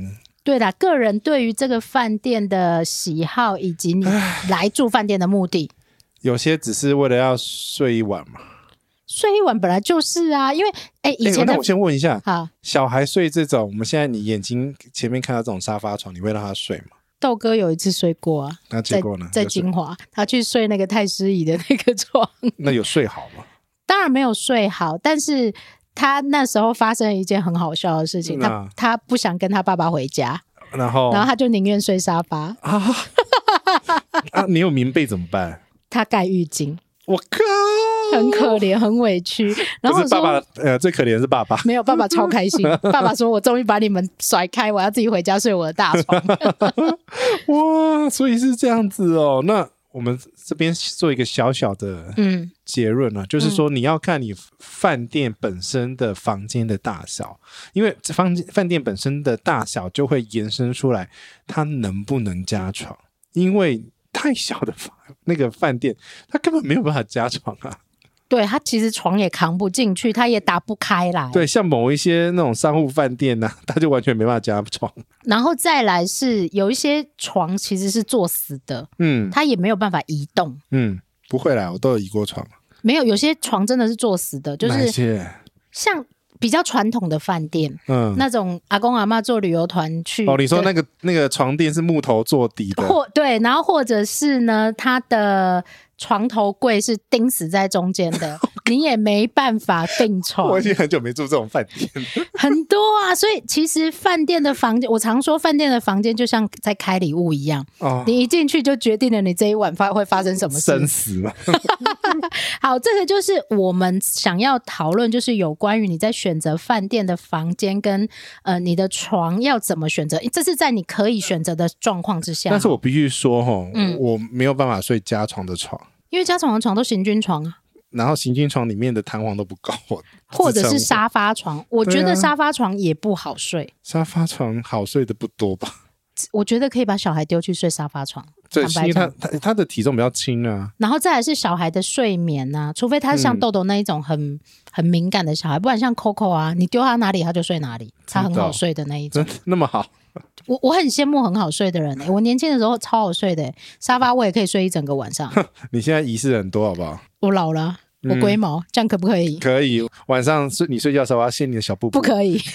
对啦，个人对于这个饭店的喜好以及你来住饭店的目的， 有些只是为了要睡一晚嘛。 睡一晚本来就是啊，因为哎，以前的、 欸、那我先问一下， 好， 小孩睡这种，我们现在你眼睛前面看到这种沙发床，你会让他睡吗？ 豆哥有一次睡过啊， 那结果呢？ 在, 在金华，他去睡那个太师椅的那个床， 那有睡好吗？ 当然没有睡好，但是他那时候发生了一件很好笑的事情，他他不想跟他爸爸回家， 然后然后他就宁愿睡沙发啊啊！你有棉被怎么办？ 他盖浴巾。 我靠， 很可怜，很委屈。然后不是爸爸，呃，最可怜的是爸爸。 没有，爸爸超开心。爸爸说：“我终于把你们甩开，我要自己回家睡我的大床。” 哇，所以是这样子哦。那我们这边做一个小小的嗯结论啊，就是说你要看你饭店本身的房间的大小，因为房饭店本身的大小就会延伸出来它能不能加床，因为太小的那个饭店它根本没有办法加床啊。 对，它其实床也扛不进去，它也打不开来。 对，像某一些那种商务饭店啊，它就完全没办法加床。 然后再来是有一些床其实是坐死的，嗯，它也没有办法移动。 嗯，不会啦，我都有移过床。 没有，有些床真的是坐死的，就是像比较传统的饭店，嗯，那种阿公阿嬷坐旅游团去。 哦，你说那个那个床垫是木头做底的， 或对，然后或者是呢，它的床头柜是钉死在中间的，你也没办法订床。 我已经很久没住这种饭店了， 很多啊，所以其实饭店的房间，我常说饭店的房间就像在开礼物一样，哦，你一进去就决定了你这一晚发会发生什么事， 生死嘛。 好，这个就是我们想要讨论，就是有关于你在选择饭店的房间跟呃你的床要怎么选择，这是在你可以选择的状况之下。 但是我必须说齁，嗯，我没有办法睡加床的床， 因为加床的床都行军床啊， 然后行军床里面的弹簧都不够， 或者是沙发床，我觉得沙发床也不好睡，啊， 沙发床好睡的不多吧。 我觉得可以把小孩丢去睡沙发床， 对，因为他他他的体重比较轻啊。 然后再来是小孩的睡眠啊，除非他是像豆豆那一种很、嗯、很敏感的小孩，不然像 Coco 啊，你丢他哪里他就睡哪里，他很好睡的那一种。 真的那么好？ 我我很羡慕很好睡的人、欸、我年轻的时候超好睡的、欸、沙发我也可以睡一整个晚上。 你现在仪式很多好不好？ 我老了，我龟毛、嗯、这样可不可以？ 可以，晚上睡你睡觉的时候我要掀你的小布布。 不可以。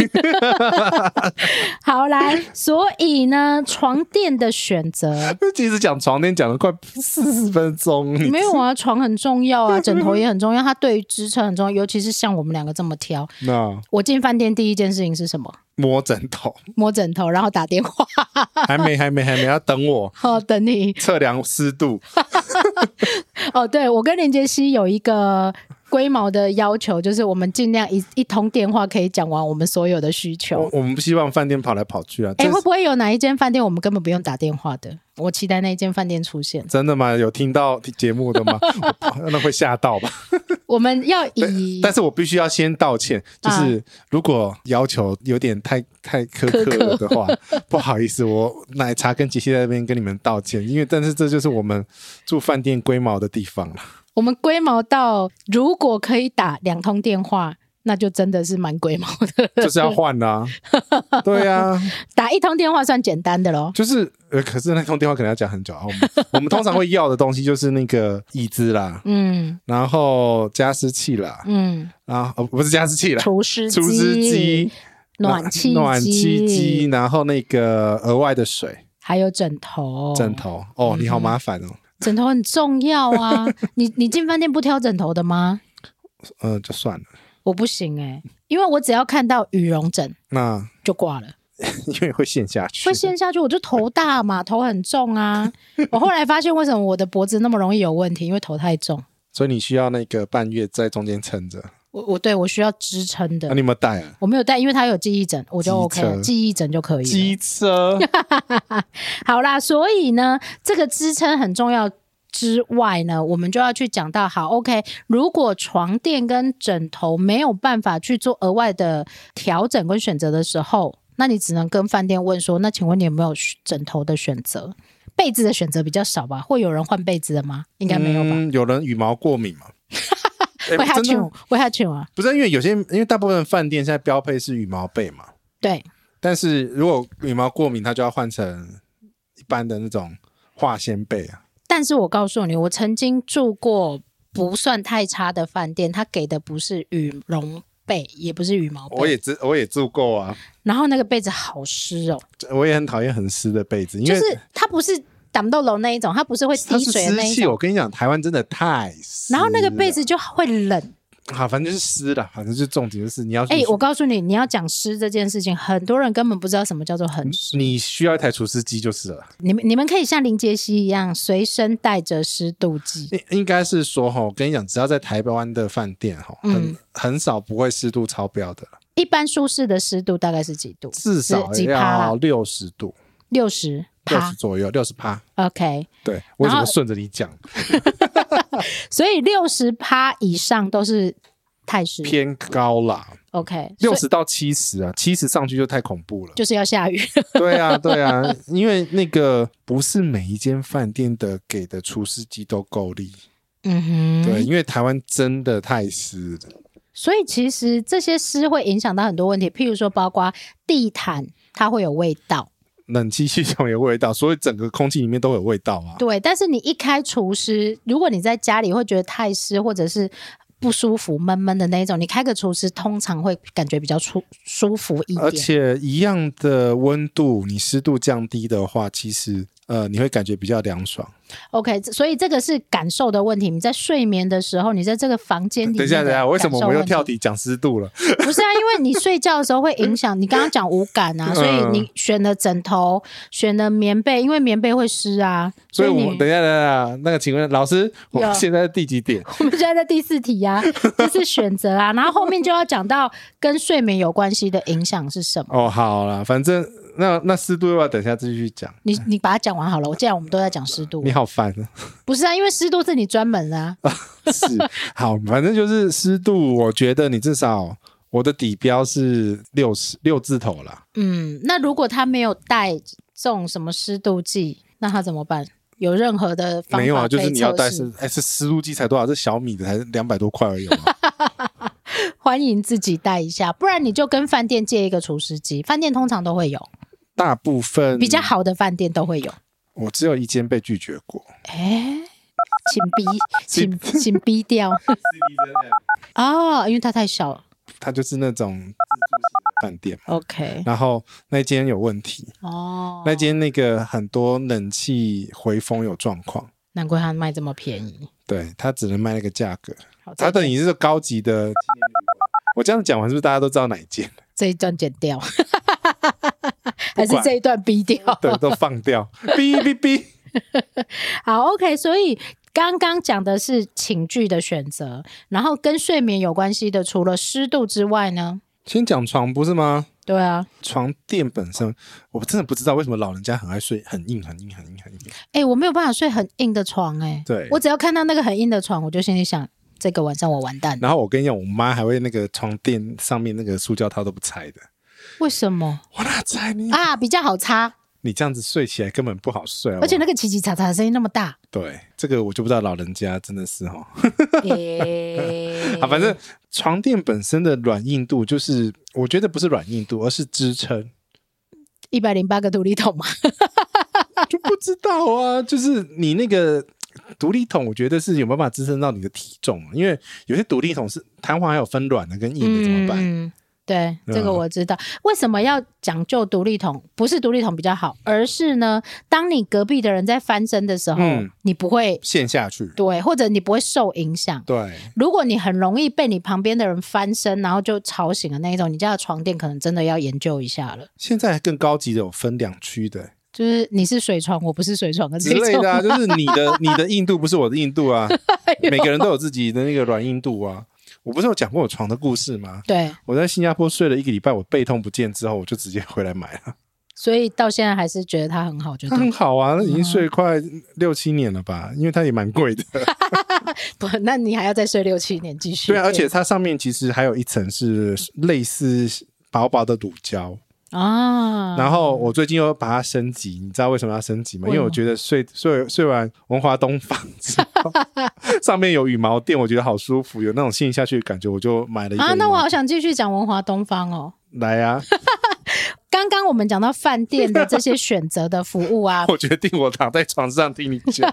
好来，所以呢床垫的选择其实讲床垫讲了快四十分钟。 没有啊，床很重要啊，枕头也很重要，它对于支撑很重要，尤其是像我们两个这么挑。那我进饭店第一件事情是什么？ 摸枕头， 摸枕头，然后打电话。 还没，还没，还没，要等我。 哦，等你测量湿度。 哦，对，我跟林杰希有一个龟毛的要求，就是我们尽量一一通电话可以讲完我们所有的需求。 我, 我们不希望饭店跑来跑去啊。 哎，会不会有哪一间饭店我们根本不用打电话的？我期待那一间饭店出现。 真的吗？有听到节目的吗？那会吓到吧。 我们要以， 但是我必须要先道歉，就是如果要求有点太太苛刻的话，不好意思，我奶茶跟杰西在那边跟你们道歉，因为但是这就是我们住饭店龟毛的地方了。 我们龟毛到如果可以打两通电话，那就真的是蛮龟毛的， 就是要换啊。对啊， 打一通电话算简单的咯， 就是呃，可是那通电话可能要讲很久啊。我们我们通常会要的东西就是那个椅子啦，嗯，然后加湿器啦，嗯，然后、哦、不是加湿器啦， 除湿除湿机、 暖气机、 暖气机，然后那个额外的水， 还有枕头， 枕头哦，你好麻烦哦。 枕头很重要啊。你你进饭店不挑枕头的吗？ 呃，就算了。 我不行哎、欸，因为我只要看到羽绒枕，那就挂了， 因为会陷下去， 会陷下去。我就头大嘛，头很重啊。我后来发现为什么我的脖子那么容易有问题，因为头太重。 所以你需要那个半月在中间撑着。 我我对我需要支撑的。 啊、你有没有带啊？ 我没有带，因为它有记忆枕，我就 OK 了，记忆枕就可以了。 机车。 好啦，所以呢，这个支撑很重要。之外呢，我们就要去讲到好 OK， 如果床垫跟枕头没有办法去做额外的调整跟选择的时候，那你只能跟饭店问说，那请问你有没有枕头的选择？被子的选择比较少吧？会有人换被子的吗？应该没有吧、嗯、 有人羽毛过敏吗？ 欸、会哈啾会哈啾啊？ 不是，因为有些因为大部分饭店现在标配是羽毛被嘛。 对， 但是如果羽毛过敏，它就要换成一般的那种化纤被啊。 但是我告诉你，我曾经住过不算太差的饭店，他给的不是羽绒被，也不是羽毛被。 我也住，我也住过啊。 然后那个被子好湿哦， 我也很讨厌很湿的被子，因为就是它不是挡豆楼那一种，它不是会滴水的那一种。 我跟你讲，台湾真的太湿了， 然后那个被子就会冷。 好，反正就是湿了，反正就重点就是你要。 哎、欸，我告诉你，你要讲湿这件事情，很多人根本不知道什么叫做很湿。 你需要一台除湿机就是了。 你们你们可以像林杰西一样，随身带着湿度计。 应该是说哈，我跟你讲，只要在台湾的饭店哈，很、嗯、很少不会湿度超标的。 一般舒适的湿度大概是几度？ 至少要六十度， 六十六十左右，六十趴。 OK， 对，我怎么顺着你讲？ 所以六十趴以上都是太湿， 偏高啦。 OK， 六十到七十啊，七十上去就太恐怖了， 就是要下雨。 对啊，对啊，因为那个不是每一间饭店的给的除湿机都够力。嗯哼，对，因为台湾真的太湿了。 所以其实这些湿会影响到很多问题，譬如说包括地毯它会有味道， 冷气系统有味道，所以整个空气里面都有味道啊。 对，但是你一开除湿，如果你在家里会觉得太湿或者是不舒服闷闷的那一种，你开个除湿通常会感觉比较舒舒服一点。 而且一样的温度，你湿度降低的话，其实呃你会感觉比较凉爽。 OK， 所以这个是感受的问题。你在睡眠的时候，你在这个房间里面， 等一下，等一下，为什么我们又跳题讲湿度了？ 不是啊，因为你睡觉的时候会影响。你刚刚讲无感啊，所以你选的枕头、选的棉被，因为棉被会湿啊。 所以我们等一下，等一下，那个，请问老师，我们现在在第几点？ 我们现在在第四题啊，就是选择啊，然后后面就要讲到跟睡眠有关系的影响是什么。 哦，好啦，反正。那那湿度要不要等一下继续讲？ 你你把它讲完好了。我既然我们都在讲湿度， 你好烦啊！ 不是啊，因为湿度是你专门啊。 是，好，反正就是湿度，我觉得你至少我的底标是六十六字头啦。 嗯，那如果他没有带这种什么湿度计，那他怎么办？有任何的方法可以测试？没有啊， 就是你要带是，哎，是湿度计才多少？这小米的才两百多块而已嘛。 欢迎自己带一下，不然你就跟饭店借一个除湿机，饭店通常都会有。大部分比较好的饭店都会有， 我只有一间被拒绝过。 哎，请逼，请请逼掉。哦，因为它太小了。 它就是那种自助型的饭店 ，OK。 然后那间有问题哦，那间那个很多冷气回风有状况， 难怪它卖这么便宜。 对，它只能卖那个价格。它等于是高级的纪念旅馆。我这样讲完，是不是大家都知道哪一间？ 这一段剪掉。还是这一段逼掉？ 对，都放掉，逼逼逼。 好 ，OK。所以刚刚讲的是寝具的选择，然后跟睡眠有关系的，除了湿度之外呢？ 先讲床不是吗？ 对啊， 床垫本身，我真的不知道为什么老人家很爱睡很硬、很硬、很硬、很硬。 哎、欸，我没有办法睡很硬的床、欸，哎， 对， 我只要看到那个很硬的床，我就心里想，这个晚上我完蛋了。 然后我跟你讲，我妈还会那个床垫上面那个塑胶套都不拆的。 为什么？ 我哪猜你啊？比较好擦。 你这样子睡起来根本不好睡好不好， 而且那个奇奇嚓嚓的声音那么大。 对，这个我就不知道老人家真的是齁。欸、好，反正床垫本身的软硬度，就是我觉得不是软硬度，而是支撑。 一百零八个独立筒嘛， 就不知道啊。就是你那个独立筒，我觉得是有没有办法支撑到你的体重，因为有些独立筒是弹簧还有分软的跟硬的，怎么办？ 嗯对，这个我知道。为什么要讲究独立筒？不是独立筒比较好，而是呢，当你隔壁的人在翻身的时候，嗯、你不会陷下去， 对，或者你不会受影响。 对， 如果你很容易被你旁边的人翻身，然后就吵醒的那一种，你家的床垫可能真的要研究一下了。 现在更高级的有分两区的。 就是你是水床，我不是水床的之类的啊，就是你的你的硬度不是我的硬度啊，每个人都有自己的那个软硬度啊。我不是有讲过我床的故事吗？ 对， 我在新加坡睡了一个礼拜，我背痛不见之后，我就直接回来买了。 所以到现在还是觉得它很好就对， 它很好啊，那已经睡快六七年了吧，因为它也蛮贵的。 不，那你还要再睡六七年继续？ 对啊，而且它上面其实还有一层是类似薄薄的乳胶。啊，然后我最近又把它升级，你知道为什么要升级吗？因为我觉得睡睡睡完文华东方之后，上面有羽毛垫，我觉得好舒服，有那种陷下去的感觉，我就买了一个。 啊，那我好想继续讲文华东方哦。 来啊！ 刚刚我们讲到饭店的这些选择的服务啊， 我决定我躺在床上听你讲。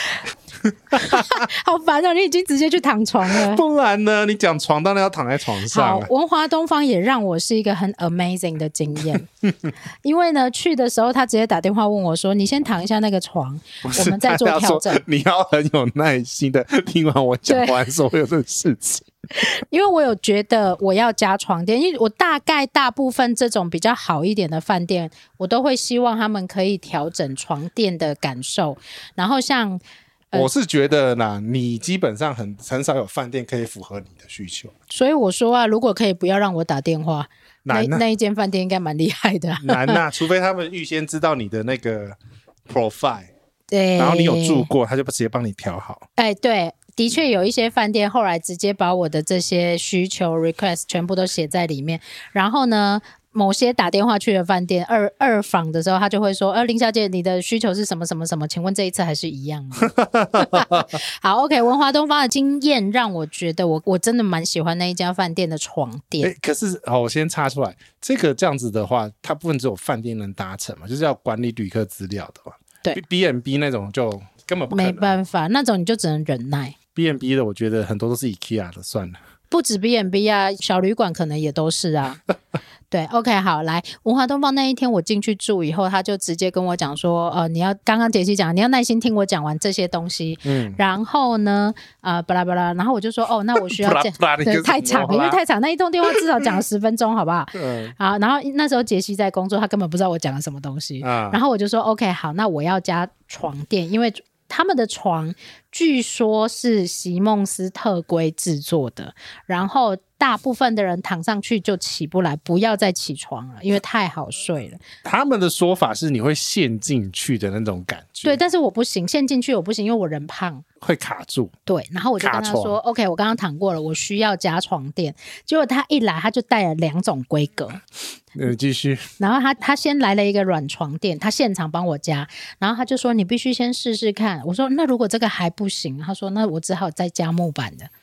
好烦哦！你已经直接去躺床了， 不然呢？你讲床当然要躺在床上。 好，文华东方也让我是一个很 amazing 的经验，因为呢，去的时候他直接打电话问我说：“你先躺一下那个床，我们再做调整。” 你要很有耐心的听完我讲完所有的事情。 因为我有觉得我要加床垫，因为我大概大部分这种比较好一点的饭店，我都会希望他们可以调整床垫的感受，然后像。 我是觉得啦，你基本上很很少有饭店可以符合你的需求， 所以我说啊，如果可以不要让我打电话， 难那那一间饭店应该蛮厉害的、啊。 难呐、啊，除非他们预先知道你的那个 profile， 对， 然后你有住过，他就直接帮你调好。 哎，对，的确有一些饭店后来直接把我的这些需求 request 全部都写在里面，然后呢。某些打电话去的饭店二二访的时候，他就会说：“呃，林小姐，你的需求是什么什么什么？请问这一次还是一样吗？”好 ，OK， 文华东方的经验让我觉得我我真的蛮喜欢那一家饭店的床垫。 欸、可是好，我先插出来，这个这样子的话，它不能只有饭店能达成嘛，就是要管理旅客资料的嘛。 对 ，B and B 那种就根本不可能， 没办法，那种你就只能忍耐。 B and B 的，我觉得很多都是 IKEA 的，算了。 不止 B and B 啊，小旅馆可能也都是啊。对 ，OK， 好，来文华东方那一天我进去住以后，他就直接跟我讲说，呃，你要刚刚杰西讲，你要耐心听我讲完这些东西，嗯，然后呢，呃，巴拉巴拉，然后我就说，哦，那我需要讲，对，太长了，因为太长，那一通电话至少讲了十分钟，好不好？嗯，好，然后那时候杰西在工作，他根本不知道我讲了什么东西，啊、然后我就说 ，OK， 好，那我要加床垫，因为。他们的床据说是席梦思特规制作的，然后大部分的人躺上去就起不来，不要再起床了，因为太好睡了。 他们的说法是你会陷进去的那种感觉， 对，但是我不行，陷进去我不行，因为我人胖， 会卡住。 对，然后我就跟他说 OK， 我刚刚躺过了，我需要加床垫。结果他一来他就带了两种规格， 呃，继续。 然后他他先来了一个软床垫，他现场帮我加，然后他就说你必须先试试看。我说那如果这个还不行，他说那我只好再加木板的。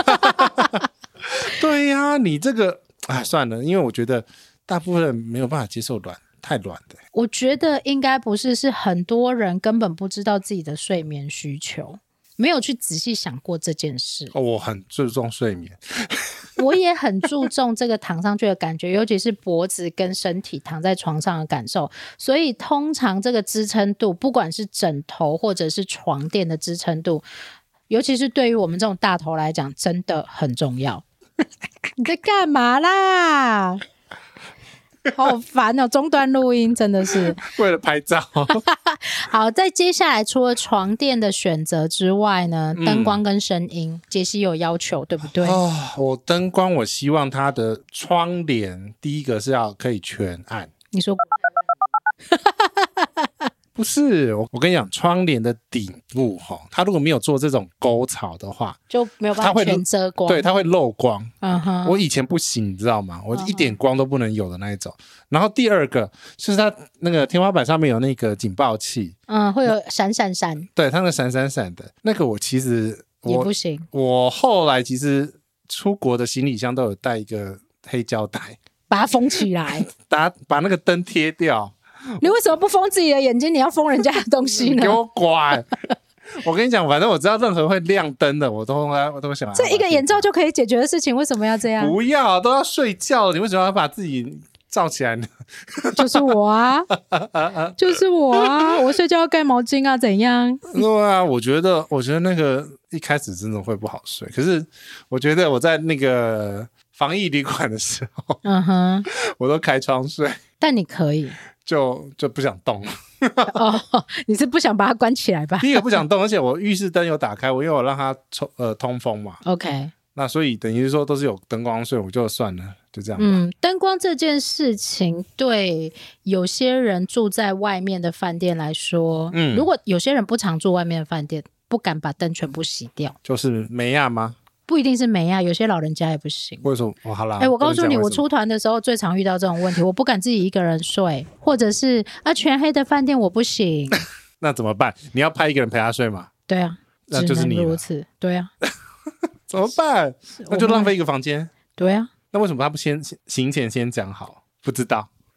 对呀、啊，你这个啊算了，因为我觉得大部分人没有办法接受软太软的。 我觉得应该不是，是很多人根本不知道自己的睡眠需求，没有去仔细想过这件事。 哦，我很注重睡眠。 我也很注重这个躺上去的感觉，尤其是脖子跟身体躺在床上的感受，所以通常这个支撑度，不管是枕头或者是床垫的支撑度，尤其是对于我们这种大头来讲真的很重要。你在干嘛啦？好烦哦，中断录音真的是为了拍照。 好，在接下来除了床垫的选择之外呢，灯光跟声音、嗯、杰西有要求对不对？ 哦，我灯光我希望它的窗帘第一个是要可以全暗。 你说不是，我我跟你讲，窗帘的顶部哈，它如果没有做这种沟槽的话， 就没有办法全遮光， 对，它会漏光。 嗯哼， 我以前不行，你知道吗？我一点光都不能有的那一种。然后第二个就是它那个天花板上面有那个警报器， 嗯，会有闪闪闪， 对，它那个闪闪闪的那个，我其实我也不行。 我后来其实出国的行李箱都有带一个黑胶带， 把它封起来， 把把那个灯贴掉。 你为什么不封自己的眼睛？你要封人家的东西呢？ 给我管！我跟你讲，反正我知道任何会亮灯的，我都我都想。 这一个眼罩就可以解决的事情，为什么要这样？ 不要，都要睡觉了，你为什么要把自己罩起来呢？ 就是我啊，就是我啊，我睡觉要盖毛巾啊，怎样？ 对啊，我觉得，我觉得那个一开始真的会不好睡，可是我觉得我在那个防疫旅馆的时候，嗯哼，我都开窗睡。 但你可以。 就就不想动了。 哦，你是不想把它关起来吧？ 第一个不想动，而且我浴室灯有打开，我因为我让它抽呃通风嘛。 OK， 那所以等于说都是有灯光，所以我就算了，就这样吧。 嗯，灯光这件事情对有些人住在外面的饭店来说，嗯，如果有些人不常住外面的饭店，不敢把灯全部熄掉， 就是没啊吗？ 不一定是没啊，有些老人家也不行。 为什么？哦、好啦， 哎、欸，我告诉你，我出团的时候最常遇到这种问题，我不敢自己一个人睡，或者是啊全黑的饭店我不行。 那怎么办？你要派一个人陪他睡吗？ 对啊， 那就是你如此。对啊， 怎么办？那就浪费一个房间。 对啊， 那为什么他不先行前先讲好？不知道。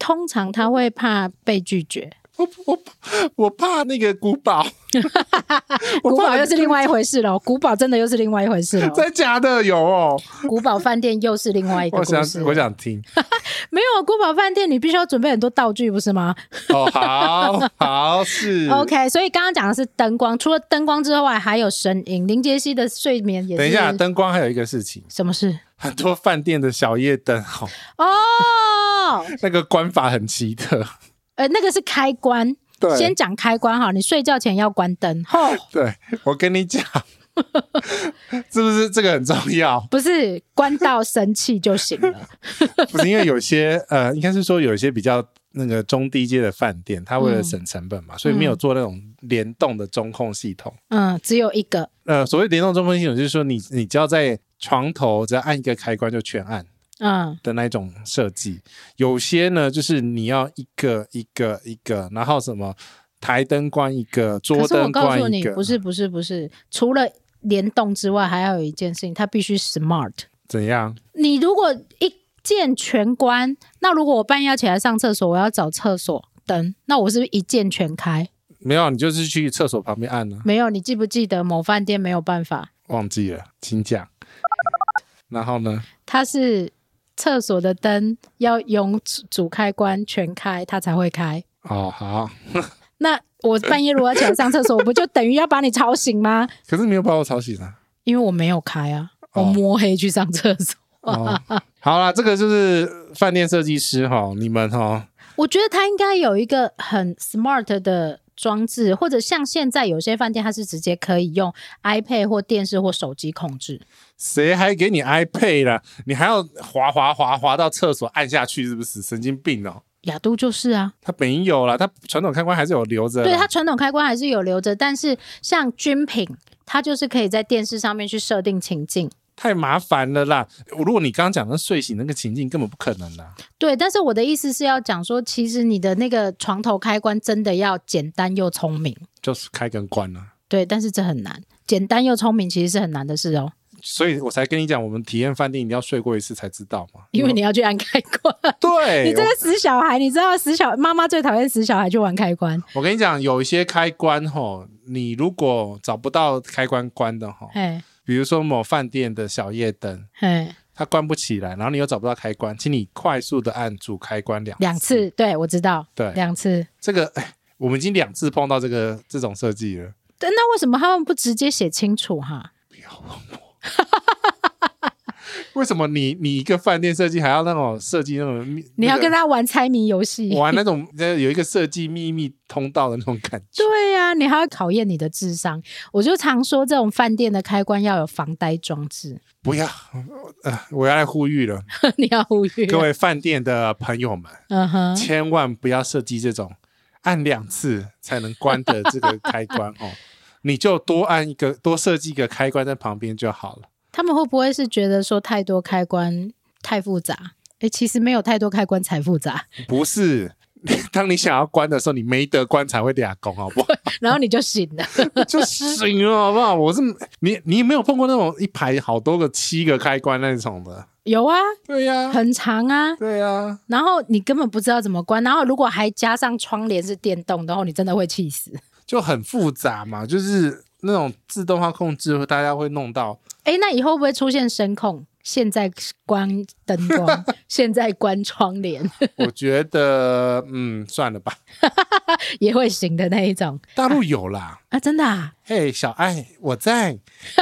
通常他会怕被拒绝。 我我我怕那个古堡， 古堡又是另外一回事了。古堡真的又是另外一回事了。 真假的有哦， 古堡饭店又是另外一个故事。 我想我想听。 没有古堡饭店，你必须要准备很多道具，不是吗？ 哦，好好是 OK。所以刚刚讲的是灯光，除了灯光之外，还有声音。林杰西的睡眠也是。 等一下，灯光还有一个事情。 什么事？ 很多饭店的小夜灯哦， 哦那个关法很奇特。 呃，那个是开关， 对， 先讲开关哈，你睡觉前要关灯。哦， 对，我跟你讲，是不是这个很重要？ 不是关到生气就行了。 不是因为有些呃，应该是说有一些比较那个中低阶的饭店，它为了省成本嘛，嗯、所以没有做那种联动的中控系统。 嗯，只有一个。 呃，所谓联动中控系统，就是说你你只要在床头只要按一个开关就全按。嗯的那种设计，有些呢就是你要一个一个一个，然后什么台灯关一个，桌灯关一个。可是我告诉你， 不是不是不是，除了联动之外，还要有一件事情，它必须 smart。 怎样？ 你如果一键全关，那如果我半夜要起来上厕所，我要找厕所灯，那我是不是一键全开？ 没有，你就是去厕所旁边按啊。 没有，你记不记得某饭店没有办法？ 忘记了，请讲。然后呢？ 它是。厕所的灯要用主开关全开，它才会开。 哦，好。 那我半夜如果要起来上厕所，我不就等于要把你吵醒吗？ 可是没有把我吵醒啊， 因为我没有开啊，哦、我摸黑去上厕所。 哦、好啦，这个就是饭店设计师哈，你们哈， 我觉得他应该有一个很 smart 的装置，或者像现在有些饭店，它是直接可以用 iPad 或电视或手机控制。 谁还给你 iPad 啦？你还要滑滑滑滑到厕所按下去，是不是神经病哦？ 亚都就是啊， 它没有啦，它传统开关还是有留着。 对，它传统开关还是有留着，但是像军品，它就是可以在电视上面去设定情境。 太麻烦了啦！如果你刚刚讲的睡醒那个情境，根本不可能啦。 对，但是我的意思是要讲说，其实你的那个床头开关真的要简单又聪明， 就是开跟关啊。 对，但是这很难，简单又聪明其实是很难的事哦。 所以我才跟你讲，我们体验饭店一定要睡过一次才知道嘛。 因为你要去按开关。 对， 你这个死小孩，你知道死小妈妈最讨厌死小孩去玩开关。 我跟你讲，有一些开关吼，你如果找不到开关关的吼，比如说某饭店的小夜灯，它关不起来，然后你又找不到开关，请你快速的按主开关两次。 两次，对，我知道， 对， 两次。 这个我们已经两次碰到这个这种设计了。 对，那为什么他们不直接写清楚哈？ 不要问我。为什么你你一个饭店设计还要那种设计那种？ 你要跟他玩猜谜游戏， 玩那种有一个设计秘密通道的那种感觉。 对呀、啊，你还要考验你的智商。我就常说，这种饭店的开关要有防呆装置。 不要，呃，我要来呼吁了。 你要呼吁各位饭店的朋友们，嗯哼，千万不要设计这种按两次才能关的这个开关哦。你就多按一个，多设计一个开关在旁边就好了。 他们会不会是觉得说太多开关太复杂？诶，其实没有太多开关才复杂。 不是，当你想要关的时候，你没得关才会俩拱，好不好？ 然后你就醒了， 就醒了，好不好？我是你，你有没有碰过那种一排好多个七个开关那种的？ 有啊， 对呀、啊， 很长啊， 对呀、啊。 然后你根本不知道怎么关，然后如果还加上窗帘是电动的话，你真的会气死。 就很复杂嘛，就是那种自动化控制，大家会弄到。 哎，那以后会不会出现声控？现在关灯光，现在关窗帘。 我觉得，嗯，算了吧。 也会醒的那一种。 大陆有啦。 啊，真的啊？ 嘿，小爱，我在。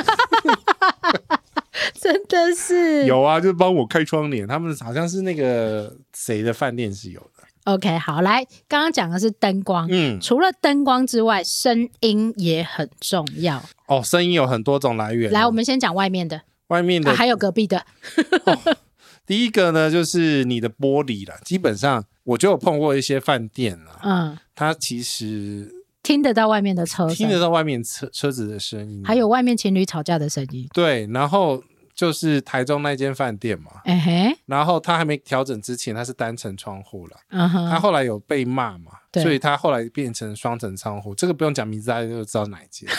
真的是有啊，就帮我开窗帘。他们好像是那个谁的饭店是有的。 OK， 好，来，刚刚讲的是灯光，嗯，除了灯光之外，声音也很重要。 哦，声音有很多种来源、哦。 来，我们先讲外面的， 外面的、 啊、还有隔壁的。 哦、第一个呢，就是你的玻璃啦。基本上，我就有碰过一些饭店啦，嗯，它其实听得到外面的车声， 听得到外面车车子的声音， 还有外面情侣吵架的声音。 对，然后。就是台中那间饭店嘛，欸、然后他还没调整之前，他是单层窗户了，嗯、他后来有被骂嘛，所以他后来变成双层窗户。这个不用讲名字，大家就知道哪一间。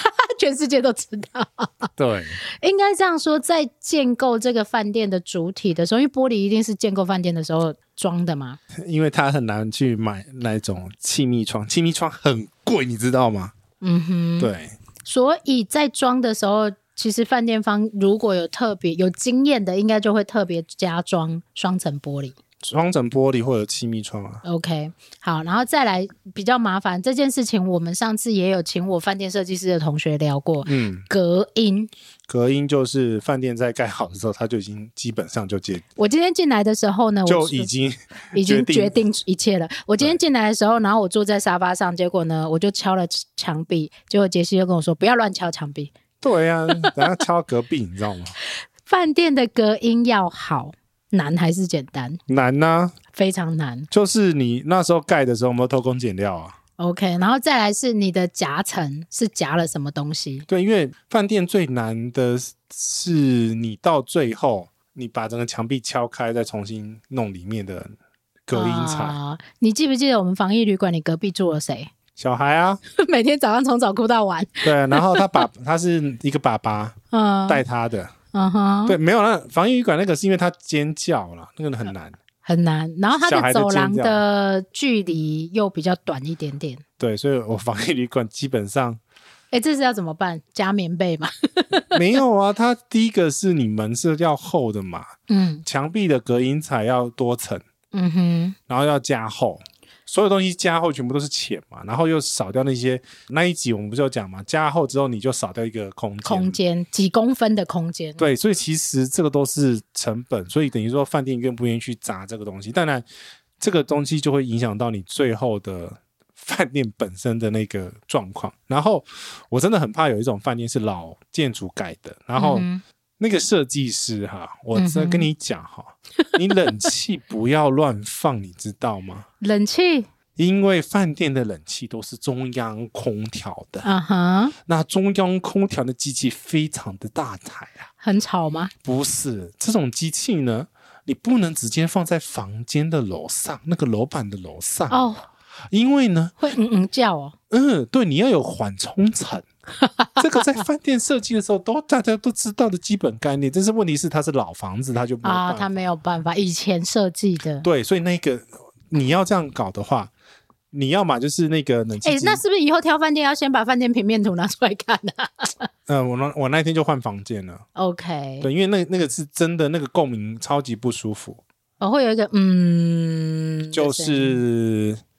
全世界都知道。 对， 应该这样说，在建构这个饭店的主体的时候，因为玻璃一定是建构饭店的时候装的嘛， 因为它很难去买那种气密窗，气密窗很贵，你知道吗？ 嗯哼， 对， 所以在装的时候，其实饭店方如果有特别有经验的，应该就会特别加装双层玻璃。 双层玻璃或者气密窗啊。 OK， 好，然后再来比较麻烦这件事情，我们上次也有请我饭店设计师的同学聊过。 嗯， 隔音， 隔音就是饭店在盖好的时候，它就已经基本上就接， 我今天进来的时候呢， 就我已经已经决定决定一切了。我今天进来的时候，然后我坐在沙发上，结果呢，我就敲了墙壁，结果杰西就跟我说不要乱敲墙壁。 对啊，等下敲到隔壁，你知道吗？ 饭店的隔音要好，难还是简单？ 难啊， 非常难。 就是你那时候盖的时候有没有偷工减料啊？ OK， 然后再来是你的夹层是夹了什么东西？ 对，因为饭店最难的是你到最后，你把整个墙壁敲开，再重新弄里面的隔音材。 啊你记不记得我们防疫旅馆，你隔壁住了谁？ 小孩啊， 每天早上从早哭到晚。 对，然后他爸他是一个爸爸嗯， 带他的， 嗯哼， 对，没有那防疫旅馆那个是因为他尖叫了，那个很难。 很难。然后它小孩的的走廊尖叫的距离又比较短一点点。 对，所以我防疫旅馆基本上哎，这是要怎么办？加棉被吗？ 没有啊。它第一个是你门是要厚的嘛， 嗯墙壁的隔音材要多层， 嗯哼， 然后要加厚，所有东西加厚全部都是浅嘛，然后又少掉那些。那一集我们不是有讲嘛，加厚之后你就少掉一个空间， 空间几公分的空间。 对，所以其实这个都是成本，所以等于说饭店愿不愿意去砸这个东西，当然这个东西就会影响到你最后的饭店本身的那个状况。然后我真的很怕有一种饭店是老建筑改的，然后嗯那个设计师哈，我真的跟你讲哈，你冷气不要乱放，你知道吗？ 冷气， 因为饭店的冷气都是中央空调的， 啊哈， 那中央空调的机器非常的大台啊。 很吵吗？ 不是，这种机器呢，你不能直接放在房间的楼上，那个楼板的楼上， 哦， 因为呢， 会嗯嗯叫哦。 嗯，对，你要有缓冲层。这个在饭店设计的时候都大家都知道的基本概念，但是问题是它是老房子，它就没有办啊， 法。 他没有办法，以前设计的。 对，所以那个你要这样搞的话，你要嘛就是那个冷气哎， 机。 那是不是以后挑饭店要先把饭店平面图拿出来看啊呃，我那我那天就换房间了。 ？OK， 对，因为那那个是真的，那个共鸣超级不舒服， 我会有一个嗯， 就的声音是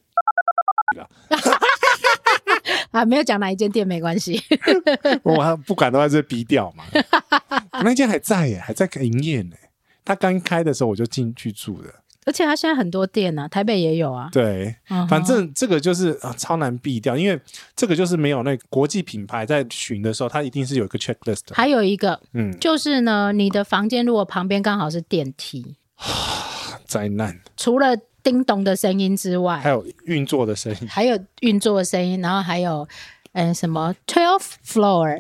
啊，没有讲哪一间店没关系。 我不管都在这逼掉嘛。那间还在耶，还在营业呢。他刚开的时候我就进去住的。 而且它现在很多店啊，台北也有啊。 对， 嗯哼反正这个就是啊超难避掉，因为这个就是没有那个国际品牌在巡的时候，它一定是有一个 checklist 的。 还有一个嗯， 就是呢，你的房间如果旁边刚好是电梯， 灾难， 除了叮咚的声音之还外， 有运作的声音。 还有运作的声音，然后还有嗯什么 twelve floor，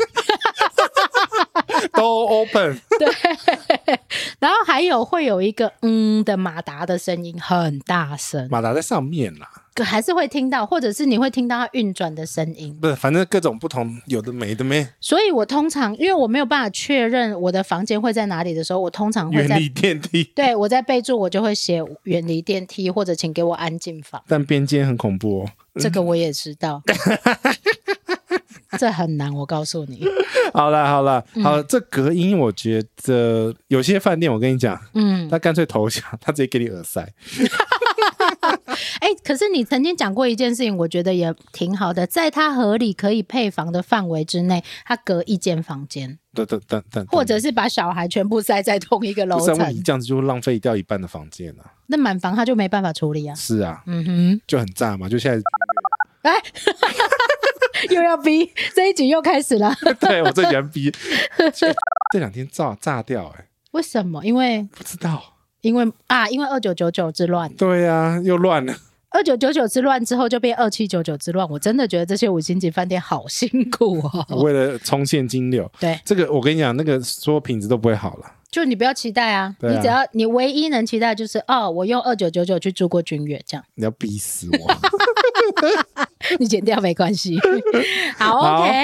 都 open， 然后还有会有一个嗯的马达的声音，很大声， 马达在上面啦， 可还是会听到，或者是你会听到它运转的声音。 不是，反正各种不同，有的没的没。 所以我通常因为我没有办法确认我的房间会在哪里的时候，我通常会在远离电梯， 对我在备注我就会写远离电梯或者请给我安静房。 但边间很恐怖哦。 这个我也知道，这很难，我告诉你。 好了好了好了，这隔音我觉得有些饭店，我跟你讲， 嗯， 他干脆投降，他直接给你耳塞。 哎，可是你曾经讲过一件事情，我觉得也挺好的，在它合理可以配房的范围之内，它隔一间房间， 等等等等， 或者是把小孩全部塞在同一个楼不是啊问题， 层， 这样子就会浪费掉一半的房间啊。 那满房他就没办法处理啊。 是啊， 嗯哼， 就很炸嘛，就现在。 哎，又要逼，这一集又开始了。 对我最喜欢逼，这两天炸炸掉哎、欸， 为什么？因为不知道。 因为啊，因为二九九九之乱。 对啊，又乱了。 二九九九之乱之后就变二七九九之乱，我真的觉得这些五星级饭店好辛苦哦。 为了冲现金流， 对， 这个我跟你讲，那个所有品质都不会好了。 就你不要期待啊， 对啊你只要你唯一能期待就是哦，我用二九九九去住过君悦，这样你要逼死我。 你剪掉没关系。好好 ，OK。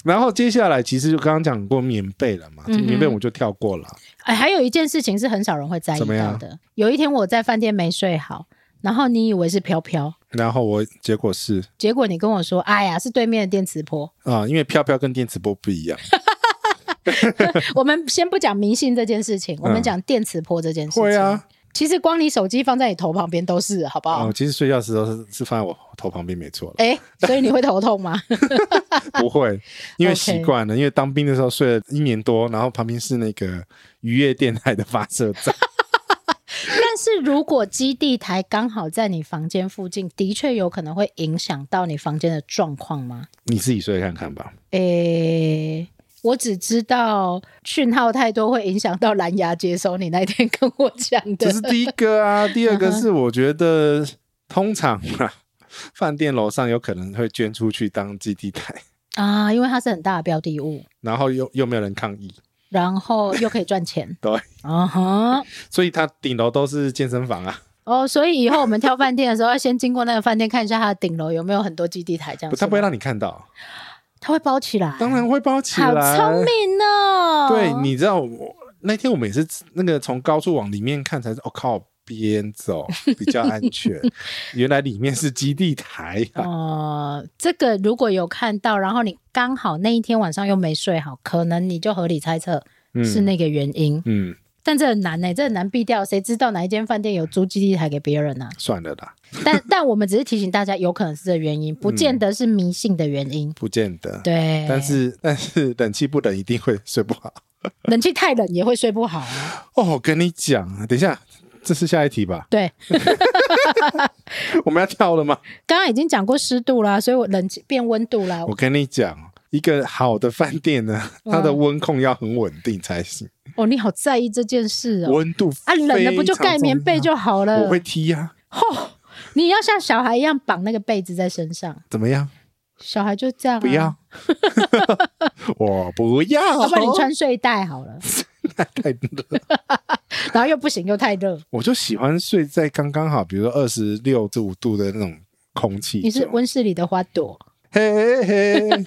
然后接下来其实就刚刚讲过棉被了嘛，嗯、棉被我就跳过了。 哎，还有一件事情是很少人会在意到的。有一天我在饭店没睡好，然后你以为是飘飘， 然后我结果是， 结果你跟我说，哎呀，是对面的电磁波啊，因为飘飘跟电磁波不一样。 我们先不讲迷信这件事情，我们讲电磁波这件事情。会啊。其实光你手机放在你头旁边都是，好不好？ 哦，其实睡觉的时候 是, 是放在我头旁边没错了。 哎，所以你会头痛吗？ 不会，因为习惯了。Okay. 因为当兵的时候睡了一年多，然后旁边是那个渔业电台的发射站。 但是如果基地台刚好在你房间附近，的确有可能会影响到你房间的状况吗？ 你自己睡看看吧。 诶。我只知道讯号太多会影响到蓝牙接收，你那天跟我讲的。 这是第一个啊，第二个是我觉得通常啊，饭店楼上有可能会捐出去当基地台啊，因为它是很大的标的物， 然后又又没有人抗议， 然后又可以赚钱。 对， 啊哈， 所以它顶楼都是健身房啊。 哦，所以以后我们挑饭店的时候，要先经过那个饭店看一下它的顶楼有没有很多基地台，这样。 它不会让你看到。 它会包起来， 当然会包起来， 好聪明哦。 对，你知道我那天我们也是那个从高处往里面看才是，哦靠，边走比较安全。原来里面是基地台啊。 哦、呃，这个如果有看到，然后你刚好那一天晚上又没睡好，可能你就合理猜测是那个原因。嗯。嗯，但这很难欸，这很难避掉，谁知道哪一间饭店有租基地台给别人啊？ 算了啦。 但但我们只是提醒大家，有可能是这原因，不见得是迷信的原因。嗯、 不见得。 对。 但是但是冷气不冷一定会睡不好。 冷气太冷也会睡不好啊。 哦，我跟你讲，等一下，这是下一题吧？ 对。 我们要跳了吗？ 刚刚已经讲过湿度啦，所以我冷气变温度啦。 我跟你讲，一个好的饭店呢，它的温控要很稳定才行。 哦，你好在意这件事哦。 温度啊，冷了不就盖棉被就好了？ 我会踢啊。 哦，你要像小孩一样绑那个被子在身上。 怎么样？ 小孩就这样、啊。 不要。我不要。 要不然你穿睡袋好了。 太热。 然后又不行，又太热。 我就喜欢睡在刚刚好，比如说二十六至五度的那种空气。 你是温室里的花朵。 嘿嘿嘿。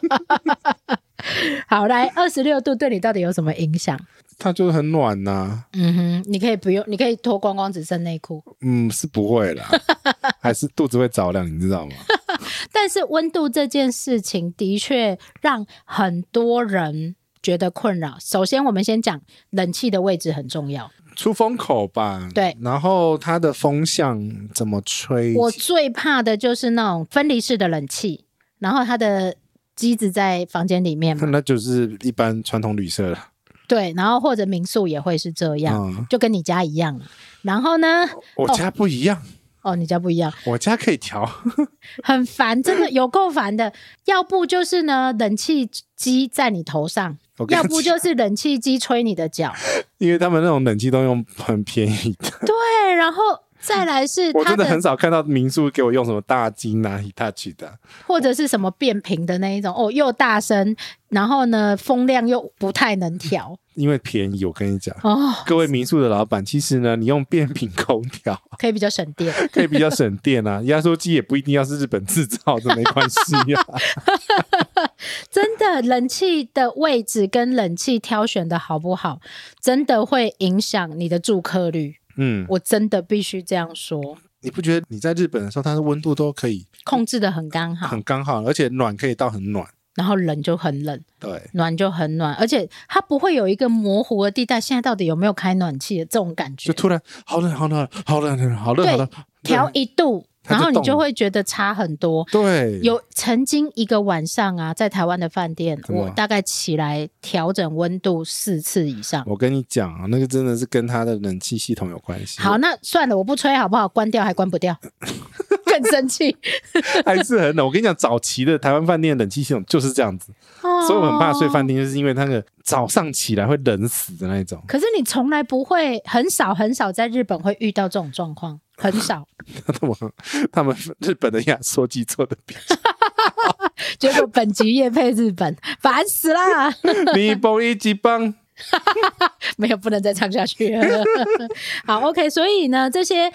好，来二十六度对你到底有什么影响？ 它就是很暖呐、啊。 嗯哼，你可以不用，你可以脱光光只剩内裤。 嗯，是不会啦，还是肚子会着凉，你知道吗？ 但是温度这件事情的确让很多人觉得困扰。首先，我们先讲冷气的位置很重要， 出风口吧。 对， 然后它的风向怎么吹？ 我最怕的就是那种分离式的冷气，然后它的机子在房间里面嘛， 那就是一般传统旅社了。 对，然后或者民宿也会是这样、嗯、就跟你家一样。然后呢， 我家不一样。 哦，你家不一样， 我家可以调。 很烦，真的有够烦的。要不就是呢，冷气机在你头上，要不就是冷气机吹你的脚。 因为他们那种冷气都用很便宜的。 对，然后再来是它的， 我真的很少看到民宿给我用什么大金啊 Hitachi 的， 或者是什么变频的那一种哦，又大声，然后呢风量又不太能调。 因为便宜，我跟你讲、哦、各位民宿的老板，其实呢你用变频空调可以比较省电。 可以比较省电啊，压缩机也不一定要是日本制造的，没关系啊。 真的，冷气的位置跟冷气挑选的好不好，真的会影响你的住客率。嗯，我真的必须这样说。 你不觉得你在日本的时候，它的温度都可以控制的很刚好， 很刚好，而且暖可以到很暖， 然后冷就很冷， 对， 暖就很暖，而且它不会有一个模糊的地带。现在到底有没有开暖气的这种感觉？ 就突然好冷好冷好冷好热好热， 调一度。然后你就会觉得差很多。 对， 有曾经一个晚上啊，在台湾的饭店，我大概起来调整温度四次以上。 我跟你讲啊，那个真的是跟它的冷气系统有关系。 好，那算了，我不吹好不好？关掉还关不掉，更生气。 还是很冷。我跟你讲，早期的台湾饭店的冷气系统就是这样子，哦、所以我很怕睡饭店，就是因为那个早上起来会冷死的那种。 可是你从来不会，很少很少在日本会遇到这种状况。很少。 他们他们日本的压缩机做的比较结果本集业配日本，烦死啦。 你帮一级棒。 没有，不能再唱下去了。好 OK， 所以呢，这些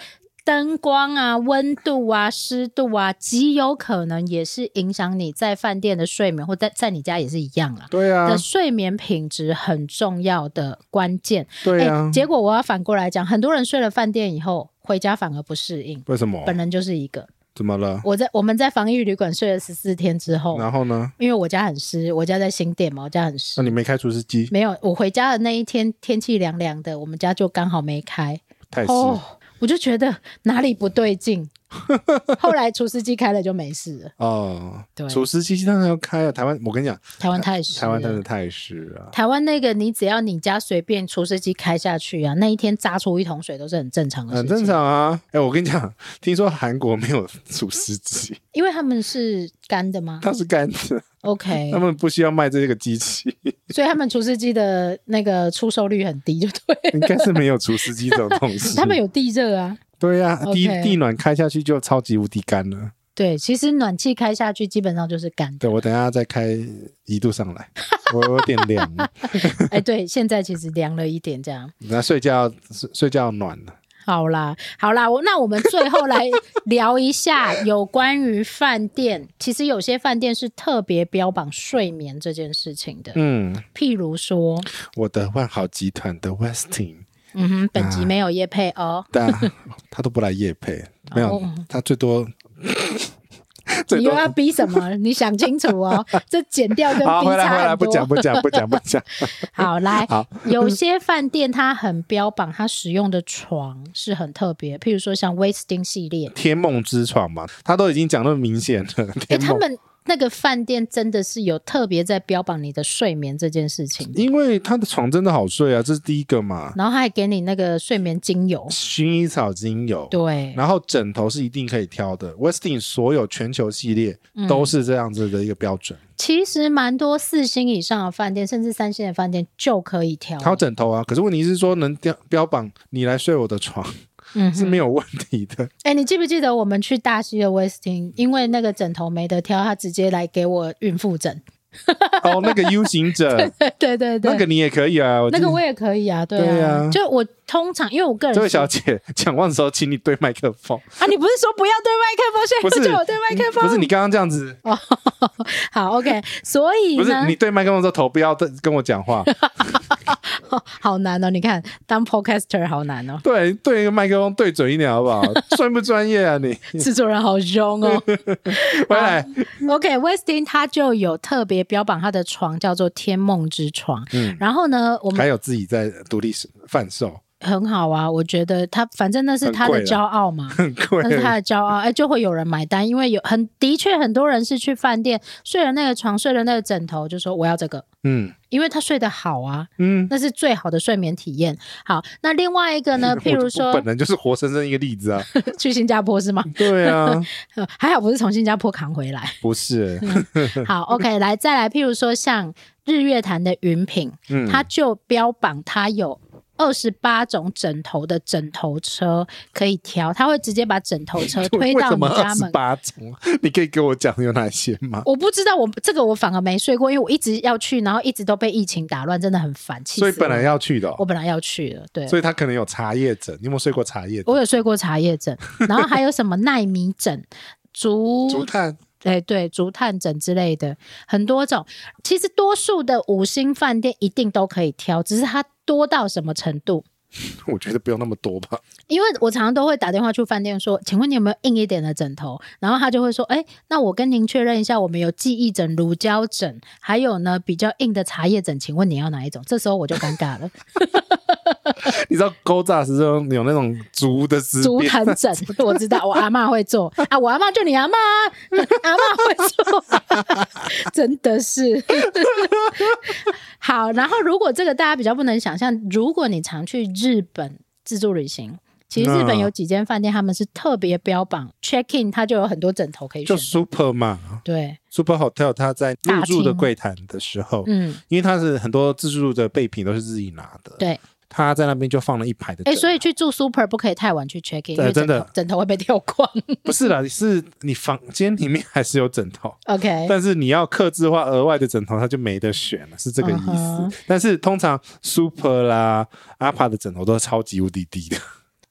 灯光啊、温度啊、湿度啊，极有可能也是影响你在饭店的睡眠，或在在你家也是一样啦。 对啊， 的睡眠品质很重要的关键。 对啊， 结果我要反过来讲，很多人睡了饭店以后回家反而不适应。 为什么？ 本人就是一个。 怎么了？ 我在我们在防疫旅馆睡了十四天之后， 然后呢？ 因为我家很湿，我家在新店嘛，我家很湿。 那、啊、你没开除湿机？ 没有，我回家的那一天天气凉凉的，我们家就刚好没开。 太湿。 哦，我就觉得哪里不对劲。后来除湿机开了就没事了。 哦， 对， 除湿机当然要开啊。台湾，我跟你讲， 台湾太湿了， 台湾真的太湿了。 台湾那个，你只要你家随便除湿机开下去啊，那一天榨出一桶水都是很正常的事情。 很正常啊。哎、欸，我跟你讲，听说韩国没有除湿机， 因为他们是干的吗？ 它是干的。 OK， 他们不需要卖这个机器， 所以他们除湿机的那个出售率很低，就对了。 应该是没有除湿机这种东西。 他们有地热啊。 对啊， okay 地地暖开下去就超级无敌干了。 对，其实暖气开下去基本上就是干的。 对，我等一下再开一度上来，我有点凉。 哎，对，现在其实凉了一点，这样。 那睡觉睡觉暖了。 好啦，好啦，我那我们最后来聊一下有关于饭店。其实有些饭店是特别标榜睡眠这件事情的。嗯，譬如说我的万豪集团的 Westin。 嗯哼，本集没有业配哦。 对啊，他都不来业配，没有，哦、他最多。 你又要逼什么？你想清楚哦，这剪掉跟逼差很多。 好，回来回来，不讲不讲不讲不讲。 好，来， 好， 有些饭店它很标榜它使用的床是很特别，譬如说像 Westin 系列天梦之床嘛，他都已经讲那么明显了。 哎、欸，他们那个饭店真的是有特别在标榜你的睡眠这件事情， 因为他的床真的好睡啊，这是第一个嘛。 然后他还给你那个睡眠精油， 薰衣草精油， 对。 然后枕头是一定可以挑的 ，Westin 所有全球系列都是这样子的一个标准。嗯、 其实蛮多四星以上的饭店，甚至三星的饭店就可以挑挑枕头啊。可是问题是说，能标标榜你来睡我的床。嗯、是没有问题的。 哎、欸，你记不记得我们去大溪的 Westin， 因为那个枕头没得挑，他直接来给我孕妇枕。 哦，那个 U 型枕， 对对对对， 那个你也可以啊， 那个我也可以啊，对啊。对啊，就我通常因为我个人， 这位小姐讲话的时候，请你对麦克风啊！你不是说不要对麦克风，现在就叫我对麦克风？ 不是你刚刚这样子。 哦，好 ，OK， 所以不是你对麦克风的时候头不要跟我讲话。 好难哦！你看当 podcaster 好难哦。 对，对一个麦克风对准一点好不好？专不专业啊你？ 制作人好凶哦。 回来 ，OK，Westin 它就有特别标榜它的床叫做天梦之床。嗯，然后呢，我们还有自己在独立贩售。 很好啊，我觉得他反正那是他的骄傲嘛， 很贵， 那是他的骄傲，哎，就会有人买单，因为有很的确很多人是去饭店睡了那个床，睡了那个枕头，就说我要这个，嗯，因为他睡得好啊，嗯，那是最好的睡眠体验。好，那另外一个呢，譬如说， 我本人就是活生生一个例子啊， 去新加坡是吗？ 对啊， 还好不是从新加坡扛回来， 不是。 嗯、好 ，OK， 来再来，譬如说像日月潭的云品，嗯，它就标榜它有二十八种枕头的枕头车可以挑，他会直接把枕头车推到你家门。为什么二十八种？你可以给我讲有哪些吗？ 我不知道，我这个我反而没睡过，因为我一直要去，然后一直都被疫情打乱，真的很烦。 所以本来要去的、哦， 我本来要去的，对。 所以他可能有茶叶枕，你有没有睡过茶叶枕？ 我有睡过茶叶枕，然后还有什么奈米枕、竹竹炭。 对对，竹炭枕之类的很多种，其实多数的五星饭店一定都可以挑，只是它多到什么程度？ 我觉得不用那么多吧， 因为我常常都会打电话去饭店说，请问你有没有硬一点的枕头？然后他就会说，哎，那我跟您确认一下，我们有记忆枕、乳胶枕，还有呢比较硬的茶叶枕，请问你要哪一种？这时候我就尴尬了。 你知道勾炸时候有那种竹的丝竹藤枕，我知道，我阿嬷会做啊，我阿嬷就你阿嬷啊，阿嬷会做，真的是。好，然后如果这个大家比较不能想象，如果你常去日本自助旅行，其实日本有几间饭店他们是特别标榜 check in 它就有很多枕头可以选， 就 Super 嘛， 对 Super Hotel 它在入住的柜台的时候，嗯，因为它是很多自助的备品都是自己拿的， 对， 他在那边就放了一排的枕头， 哎，所以去住 Super 不可以太晚去 check in， 因为枕头真的枕头会被掉光。 不是啦，是你房间里面还是有枕头 ，OK， 但是你要客制化额外的枕头，它就没得选了，是这个意思。Uh-huh. 但是通常 Super 啦、阿帕的枕头都超级无敌低的。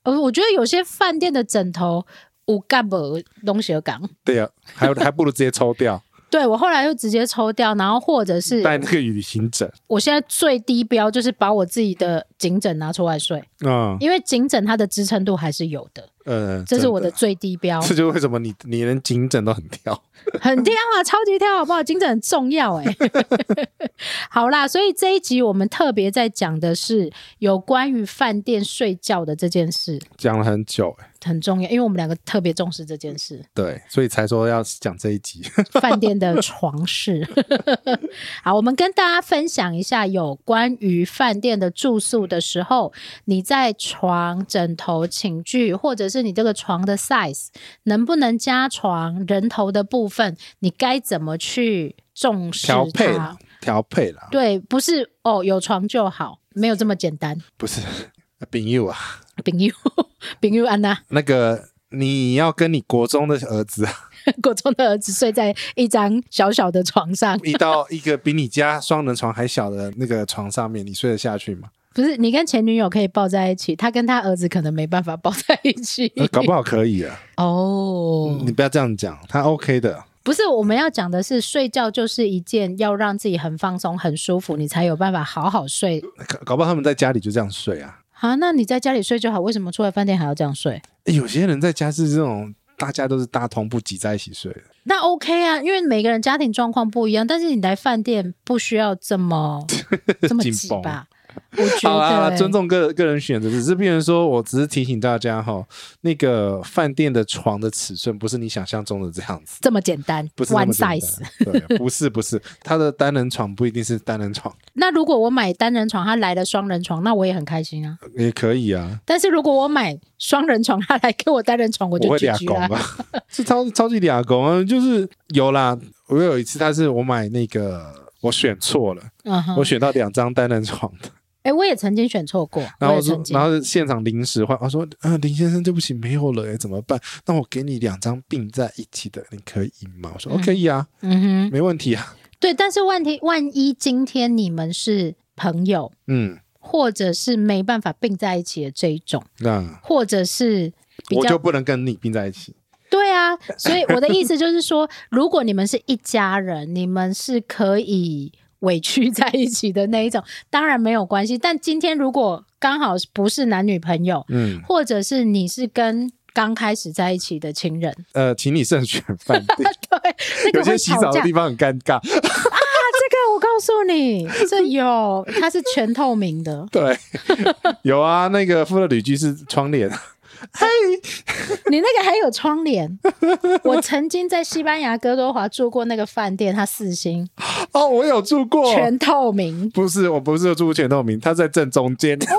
呃，我觉得有些饭店的枕头有干不东西的港， 对啊，还有还不如直接抽掉。 对，我后来就直接抽掉，然后或者是带那个旅行枕。 我现在最低标就是把我自己的颈枕拿出来睡，嗯，因为颈枕它的支撑度还是有的，呃，这是我的最低标。 这就是为什么你你连颈枕都很挑， 很挑啊，超级挑，好不好？颈枕很重要哎、欸。好啦，所以这一集我们特别在讲的是有关于饭店睡觉的这件事， 讲了很久哎、 欸，很重要，因为我们两个特别重视这件事， 对，所以才说要讲这一集饭店的床事。好，我们跟大家分享一下有关于饭店的住宿的时候，你在床、枕头、寝具，或者是你这个床的 size 能不能加床，人头的部分你该怎么去重视它调配啦调配啦， 对，不是哦有床就好，没有这么简单， 不是朋友啊朋友朋友安娜那个你要跟你国中的儿子啊国中的儿子睡在一张小小的床上， 一到一个比你家双人床还小的那个床上面，你睡得下去吗？ 不是，你跟前女友可以抱在一起，他跟他儿子可能没办法抱在一起， 呃、搞不好可以啊。 哦、 嗯，你不要这样讲，他 OK 的。 不是，我们要讲的是睡觉就是一件要让自己很放松很舒服你才有办法好好睡， 搞不好他们在家里就这样睡啊。 啊，那你在家里睡就好，为什么出来饭店还要这样睡？ 欸、有些人在家是这种大家都是大同步挤在一起睡的， 那 OK 啊，因为每个人家庭状况不一样，但是你来饭店不需要这么这么挤吧。我觉得、欸、 好啦，尊重个个人选择，只是变成说我只是提醒大家哈，那个饭店的床的尺寸不是你想象中的这样子， 这么简单， 不是那么 one size， 对，不是不是，它的单人床不一定是单人床。 那如果我买单人床，他来了双人床，那我也很开心啊， 也可以啊。 但是如果我买双人床，他来给我单人床，我就 G G 啦。 我会俩公啊，是超超级俩公啊，就是有啦。我有一次，他是我买那个我选错了，嗯、我选到两张单人床的。 哎、欸，我也曾经选错过， 然后说，然后现场临时换，我说，啊，林先生，对不起，没有了，哎，怎么办？那我给你两张并在一起的，你可以吗？我说，嗯、哦，可以啊，嗯哼，没问题啊。 对，但是问题，万一今天你们是朋友，嗯，或者是没办法并在一起的这一种，那或者是比较我就不能跟你并在一起。 对啊，所以我的意思就是说，如果你们是一家人，你们是可以委屈在一起的那一种，当然没有关系。但今天如果刚好不是男女朋友，嗯，或者是你是跟刚开始在一起的情人， 呃，请你慎选饭店。 对，那个有些洗澡的地方很尴尬啊。 这个我告诉你，这有，它是全透明的。 对，有啊，那个富乐旅居是窗帘。 嘿，你那个还有窗帘？我曾经在西班牙哥多华住过那个饭店，它四星。 哦，我有住过， 全透明。 不是，我不是有住过全透明，它在正中间。 Oh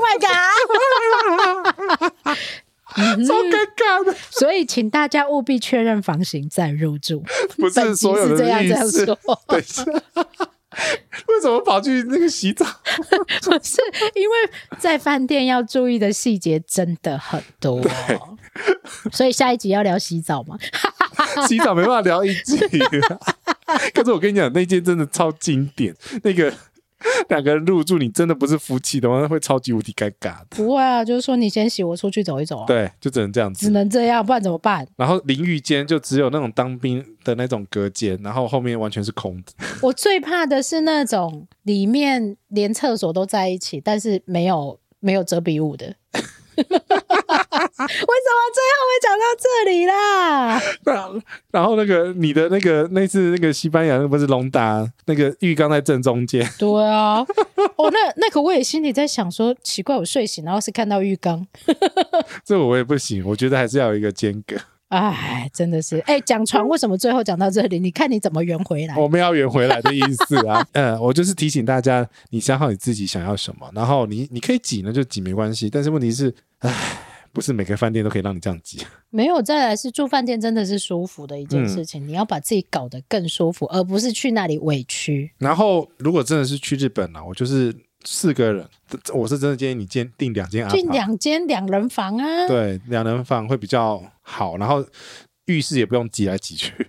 my god！ 超尴尬的。 所以，请大家务必确认房型再入住。 不是所有的意思。等一下。为什么跑去那个洗澡？ 不是，因为在饭店要注意的细节真的很多，所以下一集要聊洗澡吗？ 洗澡没办法聊一集。可是我跟你讲，那间真的超经典，那个两个人入住，你真的不是夫妻的话，会超级无敌尴尬的。 不会啊，就是说你先洗，我出去走一走啊。 对，就只能这样子， 只能这样，不然怎么办？ 然后淋浴间就只有那种当兵的那种隔间，然后后面完全是空的。 我最怕的是那种里面连厕所都在一起，但是没有没有遮蔽物的。为什么最后会讲到这里啦？ 然后那个你的那个那次那个西班牙那个不是隆达那个浴缸在正中间。 对啊，哦，那那个我也心里在想说，奇怪，我睡醒然后是看到浴缸。 这我也不行，我觉得还是要有一个间隔。 哎，真的是，哎，讲床为什么最后讲到这里？你看你怎么圆回来？ 我们要圆回来的意思啊。嗯，我就是提醒大家，你想好你自己想要什么，然后你你可以挤呢就挤没关系，但是问题是，哎，不是每个饭店都可以让你这样挤。 没有，再来是住饭店真的是舒服的一件事情，嗯、你要把自己搞得更舒服，而不是去那里委屈。 然后，如果真的是去日本啊，我就是四个人，我是真的建议你订两间阿帕， 订两间两人房啊。 对，两人房会比较好，然后浴室也不用挤来挤去。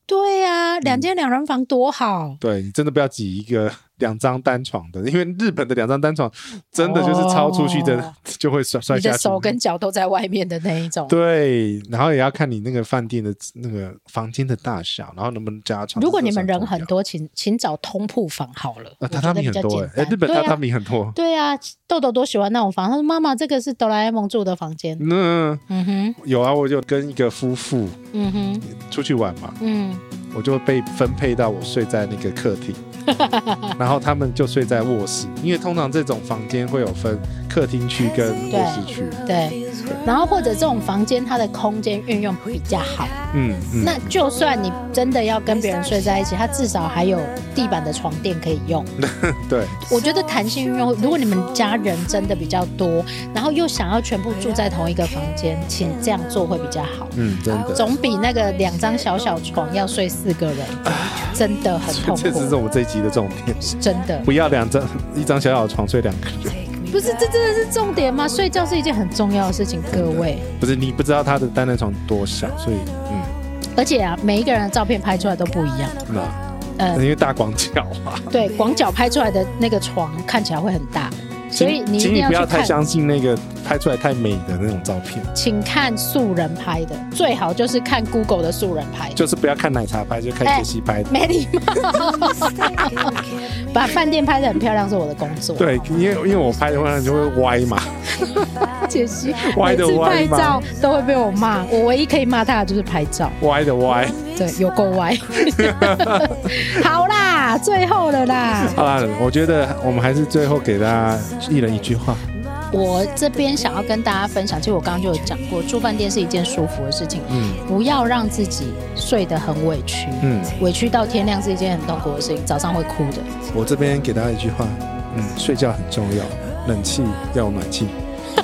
对啊，两间两人房多好。 对，你真的不要挤一个两张单床的，因为日本的两张单床真的就是超出去，真的、哦、就会摔摔下去， 你的手跟脚都在外面的那一种。 对，然后也要看你那个饭店的那个房间的大小，然后能不能加床。 如果你们人很多，请请找通铺房好了。 啊，榻榻米很多哎、欸，日本榻榻米很多。 对啊，豆豆多喜欢那种房。他说：“妈妈，这个是哆啦 A 梦住的房间。” 嗯嗯哼，有啊，我就跟一个夫妇嗯哼出去玩嘛，嗯，我就被分配到我睡在那个客厅。然后他们就睡在卧室，因为通常这种房间会有分客厅区跟卧室区。对， 对，然后或者这种房间它的空间运用比较好。嗯，嗯那就算你真的要跟别人睡在一起，它至少还有地板的床垫可以用。 对， 我觉得弹性运用，如果你们家人真的比较多，然后又想要全部住在同一个房间，请这样做会比较好。 嗯，真的， 总比那个两张小小床要睡四个人，真的很痛苦。 这是我们这一集的重点， 真的不要两张一张小小的床睡两个人。 不是，这真的是重点吗？睡觉是一件很重要的事情，各位。 不是你不知道他的单人床多小，所以嗯。 而且啊，每一个人的照片拍出来都不一样。 那呃，因为大广角啊。 对，广角拍出来的那个床看起来会很大。所以你一定要去看，请你不要太相信那个拍出来太美的那种照片， 请看素人拍的，最好就是看 Google 的素人拍的， 就是不要看奶茶拍，就看杰西拍的， 没礼貌。把饭店拍得很漂亮是我的工作。 对，因为因为我拍的话就会歪嘛。 杰西歪的歪，每次拍照都会被我骂，我唯一可以骂他的就是拍照， 歪的歪。 对，有够歪。好啦，最后了啦。 好啦，我觉得我们还是最后给大家一人一句话。 我这边想要跟大家分享，其实我刚刚就有讲过，住饭店是一件舒服的事情，嗯，不要让自己睡得很委屈，嗯，委屈到天亮是一件很痛苦的事情，早上会哭的。 我这边给大家一句话，嗯，睡觉很重要，冷气要有暖气。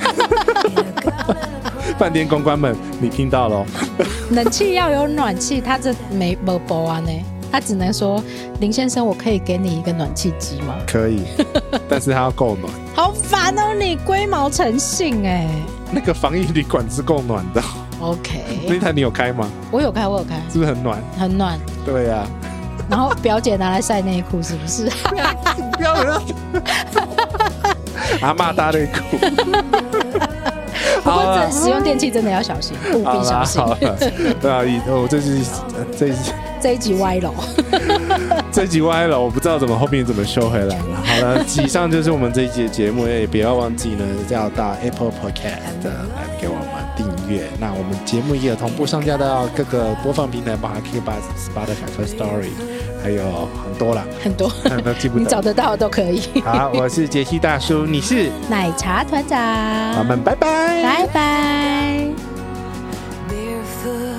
饭店公关们，你听到了？ 冷气要有暖气，他这没没播啊呢，他只能说林先生，我可以给你一个暖气机吗？ 可以，但是它要够暖。 好烦哦，你龟毛成性哎！ 那个防疫旅馆是够暖的。 OK， 那台你有开吗？ 我有开，我有开， 是不是很暖？ 很暖。 对呀、啊。 然后表姐拿来晒内裤，是不是？ 不要不要！阿嬷搭内裤。 不过这使用电器真的要小心，务必小心。 好了，对啊，我这是这一这一集歪楼， 这一集歪楼，我不知道怎么后面怎么修回来了。好了，以上就是我们这一集的节目，也不要忘记呢，要到 Apple Podcast 来给我们订阅。那我们节目也有同步上架到各个播放平台，包含 K K B O X、Spotify、First Story， 还有很多啦， 很多， 很多记不得， 你找得到都可以。 好，我是杰西大叔，你是奶茶团长， 我们拜拜， 拜拜。 Barefoot